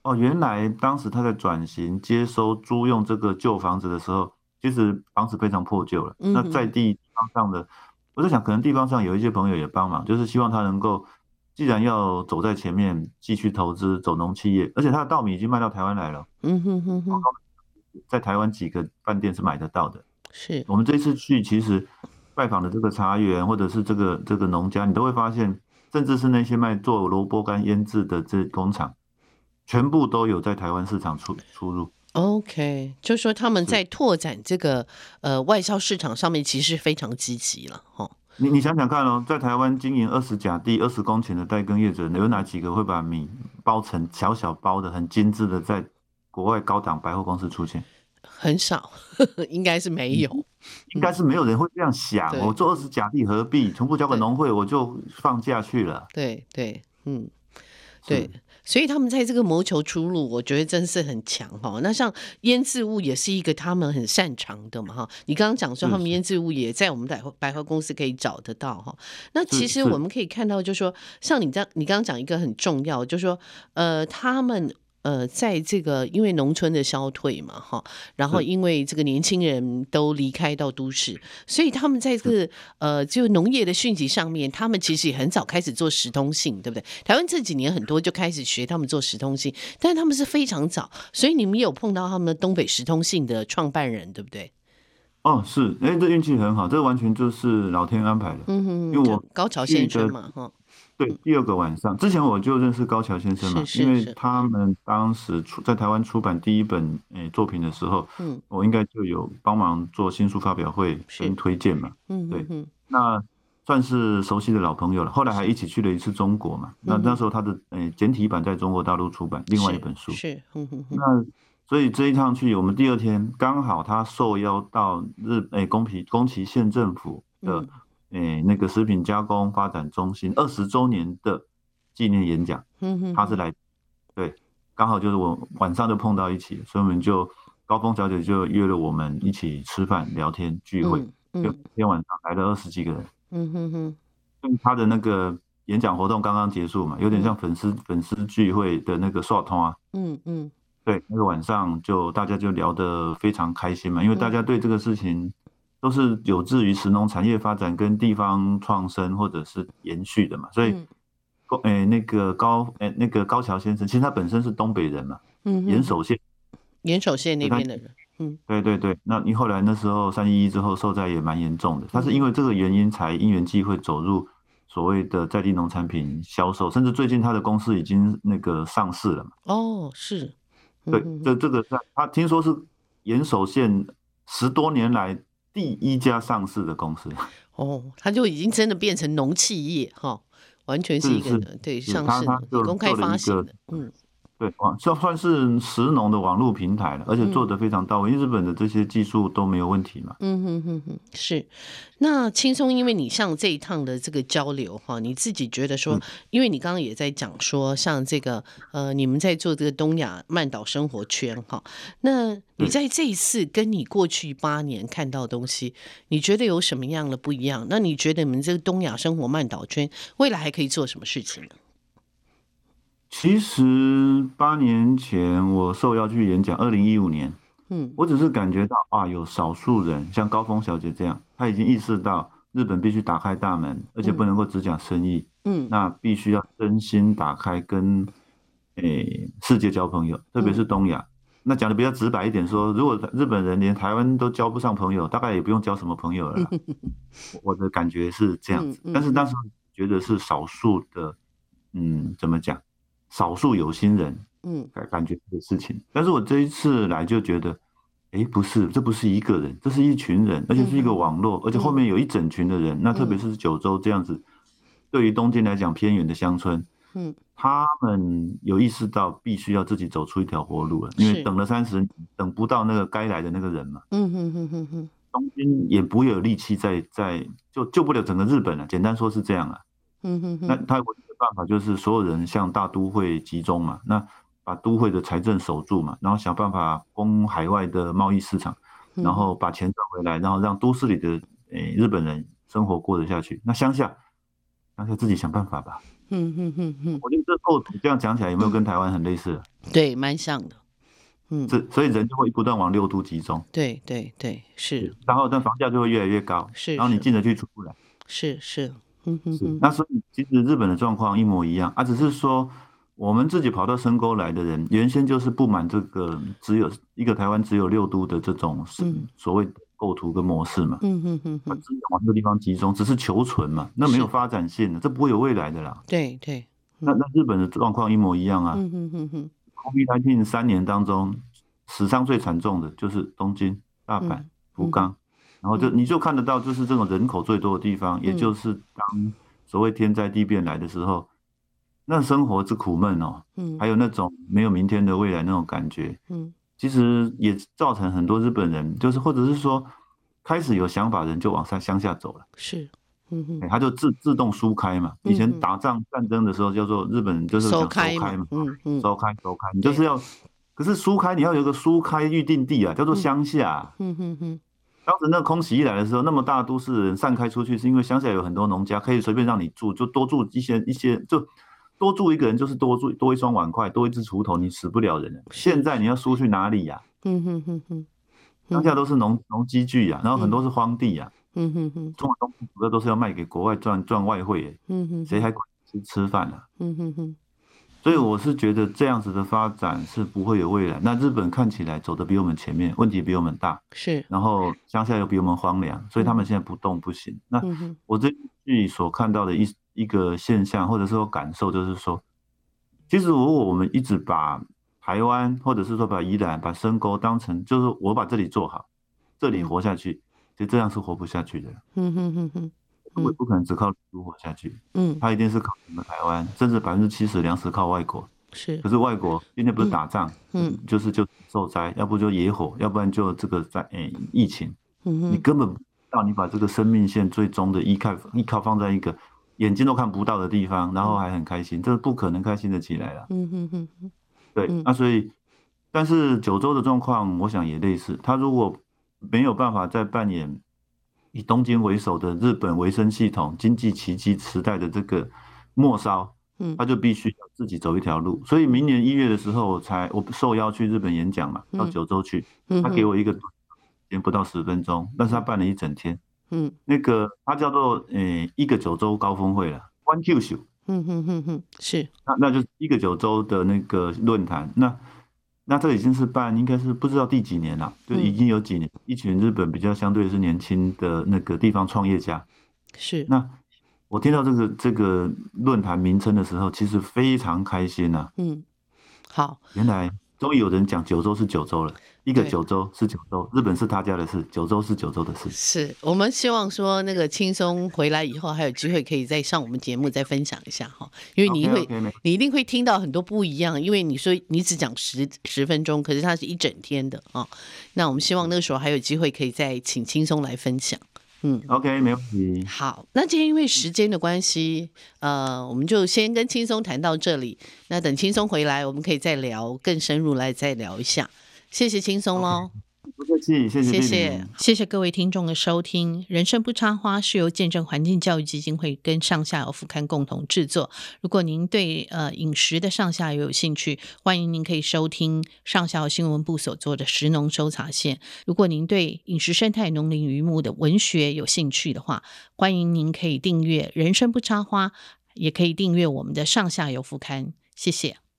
哦，原来当时他在转型接收租用这个旧房子的时候，其实房子非常破旧了。嗯、那在地方上的，我在想，可能地方上有一些朋友也帮忙，就是希望他能够，既然要走在前面，继续投资走农企业，而且他的稻米已经卖到台湾来了。嗯哼哼哼，在台湾几个饭店是买得到的。 是我们这次去，其实拜访的这个茶园或者是这个这个农家，你都会发现，甚至是那些卖做萝卜干腌制的这工厂，全部都有在台湾市场出出入。 OK， 就说他们在拓展这个呃外销市场上面，其实非常积极了哈。 你你想想看哦，在台湾经营二十甲地、二十公顷的代耕业者，有哪几个会把米包成小小包的、很精致的，在国外高档百货公司出现？ 很少，应该是没有， 应该是没有人会这样想。我做二十甲地何必全部交给农会，我就放假去了。 对对，嗯，对。所以他们在这个谋求出路，我觉得真是很强哈。那像腌制物也是一个他们很擅长的嘛哈。你刚刚讲说他们腌制物也在我们百货百货公司可以找得到哈。那其实我们可以看到，就是说像你这样，你刚刚讲一个很重要，就是说呃他们。呃，在这个因为农村的消退嘛，哈，然后因为这个年轻人都离开到都市，所以他们在这个呃就农业的讯息上面，他们其实也很早开始做时通信，对不对？台湾这几年很多就开始学他们做时通信，但是他们是非常早，所以你们有碰到他们的东北时通信的创办人，对不对？ 哦，是，哎，这运气很好，这完全就是老天安排的。嗯哼，因为我高桥先生嘛，哈。 对，第二个晚上之前我就认识高桥先生嘛，因为他们当时出在台湾出版第一本诶作品的时候，嗯，我应该就有帮忙做新书发表会跟推荐嘛，嗯，对，那算是熟悉的老朋友了。后来还一起去了一次中国嘛，那那时候他的诶简体版在中国大陆出版另外一本书， 是， 那所以这一趟去，我们第二天刚好他受邀到日诶宫崎宫崎县政府的。诶，那个食品加工发展中心二十周年的纪念演讲，他是来，对，刚好就是我晚上就碰到一起，所以我们就高峰小姐就约了我们一起吃饭、聊天、聚会，嗯嗯、就天晚上来了二十几个人，嗯哼哼，他的那个演讲活动刚刚结束嘛，有点像粉丝、嗯、粉丝聚会的那个刷通啊，嗯嗯，对，那个晚上就大家就聊得非常开心嘛，因为大家对这个事情。都是有志于食农产业发展跟地方创生或者是延续的嘛，所以，嗯欸、那个高、欸、那个高桥先生，其实他本身是东北人嘛，嗯，岩手县， 岩手县那边的人，嗯， 对对对，那你后来那时候三一一之后受灾也蛮严重的，他是因为这个原因才因缘际会走入所谓的在地农产品销售，甚至最近他的公司已经那个上市了嘛。 哦，是， 嗯、对，这这个他听说是岩手县十多年来。第一家上市的公司哦，他就已经真的变成农企业哈，完全是一个对上市的公开发行的，嗯， 对，算算是食农的网络平台了，而且做得非常到位，因为日本的这些技术都没有问题嘛。 嗯哼哼哼，是。那轻松，因为你像这一趟的这个交流哈，你自己觉得说，嗯、因为你刚刚也在讲说，像这个呃，你们在做这个东亚慢岛生活圈哈，那你在这一次跟你过去八年看到的东西，你觉得有什么样的不一样？那你觉得你们这个东亚生活慢岛圈未来还可以做什么事情呢？ 其实八年前我受邀去演讲，二零一五年，嗯，我只是感觉到啊，有少数人像高峰小姐这样，她已经意识到日本必须打开大门，而且不能够只讲生意，嗯，那必须要真心打开跟诶世界交朋友，特别是东亚。嗯、那讲的比较直白一点说，如果日本人连台湾都交不上朋友，大概也不用交什么朋友了啦。我的感觉是这样子，嗯嗯、但是当时觉得是少数的，嗯，怎么讲？少数有心人，嗯，感觉这个事情，但是我这一次来就觉得，哎，不是，这不是一个人，这是一群人，而且是一个网络，嗯、而且后面有一整群的人。嗯、那特别是九州这样子，对于东京来讲偏远的乡村，嗯，他们有意识到必须要自己走出一条活路了，因为等了三十年，等不到那个该来的那个人嘛。嗯哼哼哼哼，东京也不会有力气再再就救不了整个日本了，简单说是这样啊。嗯哼哼，那他唯一的办法就是所有人向大都会集中嘛，那把都会的财政守住嘛，然后想办法攻海外的贸易市场，然后把钱赚回来，然后让都市里的诶日本人生活过得下去。那乡下乡下自己想办法吧。 嗯嗯嗯嗯， 我觉得这构图这样讲起来有没有跟台湾很类似？ 对，蛮像的。嗯， 这所以人就会不断往六都集中。 对对对，是。 然后但房价就会越来越高， 是。 然后你进得去出不来。 是是，嗯哼哼。 那所以其实日本的状况一模一样啊，只是说我们自己跑到深沟来的人，原先就是不满这个只有一个台湾只有六都的这种所谓构图跟模式嘛。 嗯哼哼哼， 资源往这个地方集中，只是求存嘛，那没有发展性的，这不会有未来的啦。 对对。 嗯、那那日本的状况一模一样啊。 嗯哼哼哼 ，COVID 十九 三年当中，史上最惨重的就是东京、大阪、福冈。嗯，然后就你就看得到，就是这种人口最多的地方，嗯、也就是当所谓天灾地变来的时候，那生活之苦闷哦，嗯，还有那种没有明天的未来那种感觉，嗯，其实也造成很多日本人，就是或者是说开始有想法的人就往乡下走了， 是，嗯哼， 他就自自动疏开嘛。以前打仗战争的时候叫做日本人就是讲疏开嘛，嗯嗯，疏开疏开，你就是要，可是疏开你要有一个疏开预定地啊，叫做乡下，嗯哼哼。当时那个空袭一来的时候，那么大的都市的人散开出去，是因为乡下有很多农家可以随便让你住，就多住一些一些，就多住一个人就是多住多一双碗筷，多一只锄头，你死不了人。现在你要输去哪里呀、啊？嗯哼哼哼，乡下都是农农机具呀、啊，然后很多是荒地呀、啊。嗯哼哼，中国东西主要都是要卖给国外赚赚外汇，嗯哼，谁还管吃吃饭啊？嗯哼哼。所以我是觉得这样子的发展是不会有未来。那日本看起来走得比我们前面，问题比我们大，是，然后乡下又比我们荒凉，所以他们现在不动不行。嗯、那我这剧所看到的一一个现象，或者说感受，就是说，其实如果我们一直把台湾，或者是说把宜兰、把深沟当成，就是我把这里做好，这里活下去，其实这样是活不下去的。嗯哼哼哼。不不可能只靠陆活下去，嗯，他一定是靠整个台湾，甚至百分之七十粮食靠外国，是。可是外国今天不是打仗，嗯，就是就受灾，要不就野火，要不然就这个灾诶、欸、疫情，嗯，你根本不知道你把这个生命线最终的依靠依靠放在一个眼睛都看不到的地方，然后还很开心，这不可能开心的起来了。嗯哼哼哼，对，那所以，但是九州的状况，我想也类似，他如果没有办法再扮演以东京为首的日本维生系统经济奇迹时代的这个末梢，嗯，他就必须要自己走一条路。所以明年一月的时候，我才我受邀去日本演讲嘛，到九州去，他给我一个时间不到十分钟，但是他办了一整天，嗯，那个他叫做呃一个九州高峰会了 ，One Q 秀，嗯哼哼哼，是，那那就是一个九州的那个论坛，那。那这已经是办，应该是不知道第几年了，就已经有几年，嗯、一群日本比较相对是年轻的那个地方创业家。是。那我听到这个这个论坛名称的时候，其实非常开心啊。嗯，好，原来终于有人讲九州是九州了。一个九州是九州，日本是他家的事，九州是九州的事。是我们希望说那个轻松回来以后还有机会可以再上我们节目再分享一下哈，因为你会 okay, okay, 你一定会听到很多不一样，因为你说你只讲十十分钟，可是它是一整天的啊。那我们希望那个时候还有机会可以再请轻松来分享。嗯 ，OK， 没问题。好，那今天因为时间的关系，呃，我们就先跟轻松谈到这里。那等轻松回来，我们可以再聊更深入来再聊一下。谢谢轻松咯。不客气，谢谢谢谢谢谢各位听众的收听。人生不插花是由见证环境教育基金会跟上下游副刊共同制作。如果您对呃饮食的上下游有兴趣，欢迎您可以收听上下游新闻部所做的食农搜查线。如果您对饮食生态、农林渔牧的文学有兴趣的话，欢迎您可以订阅人生不插花，也可以订阅我们的上下游副刊。谢谢。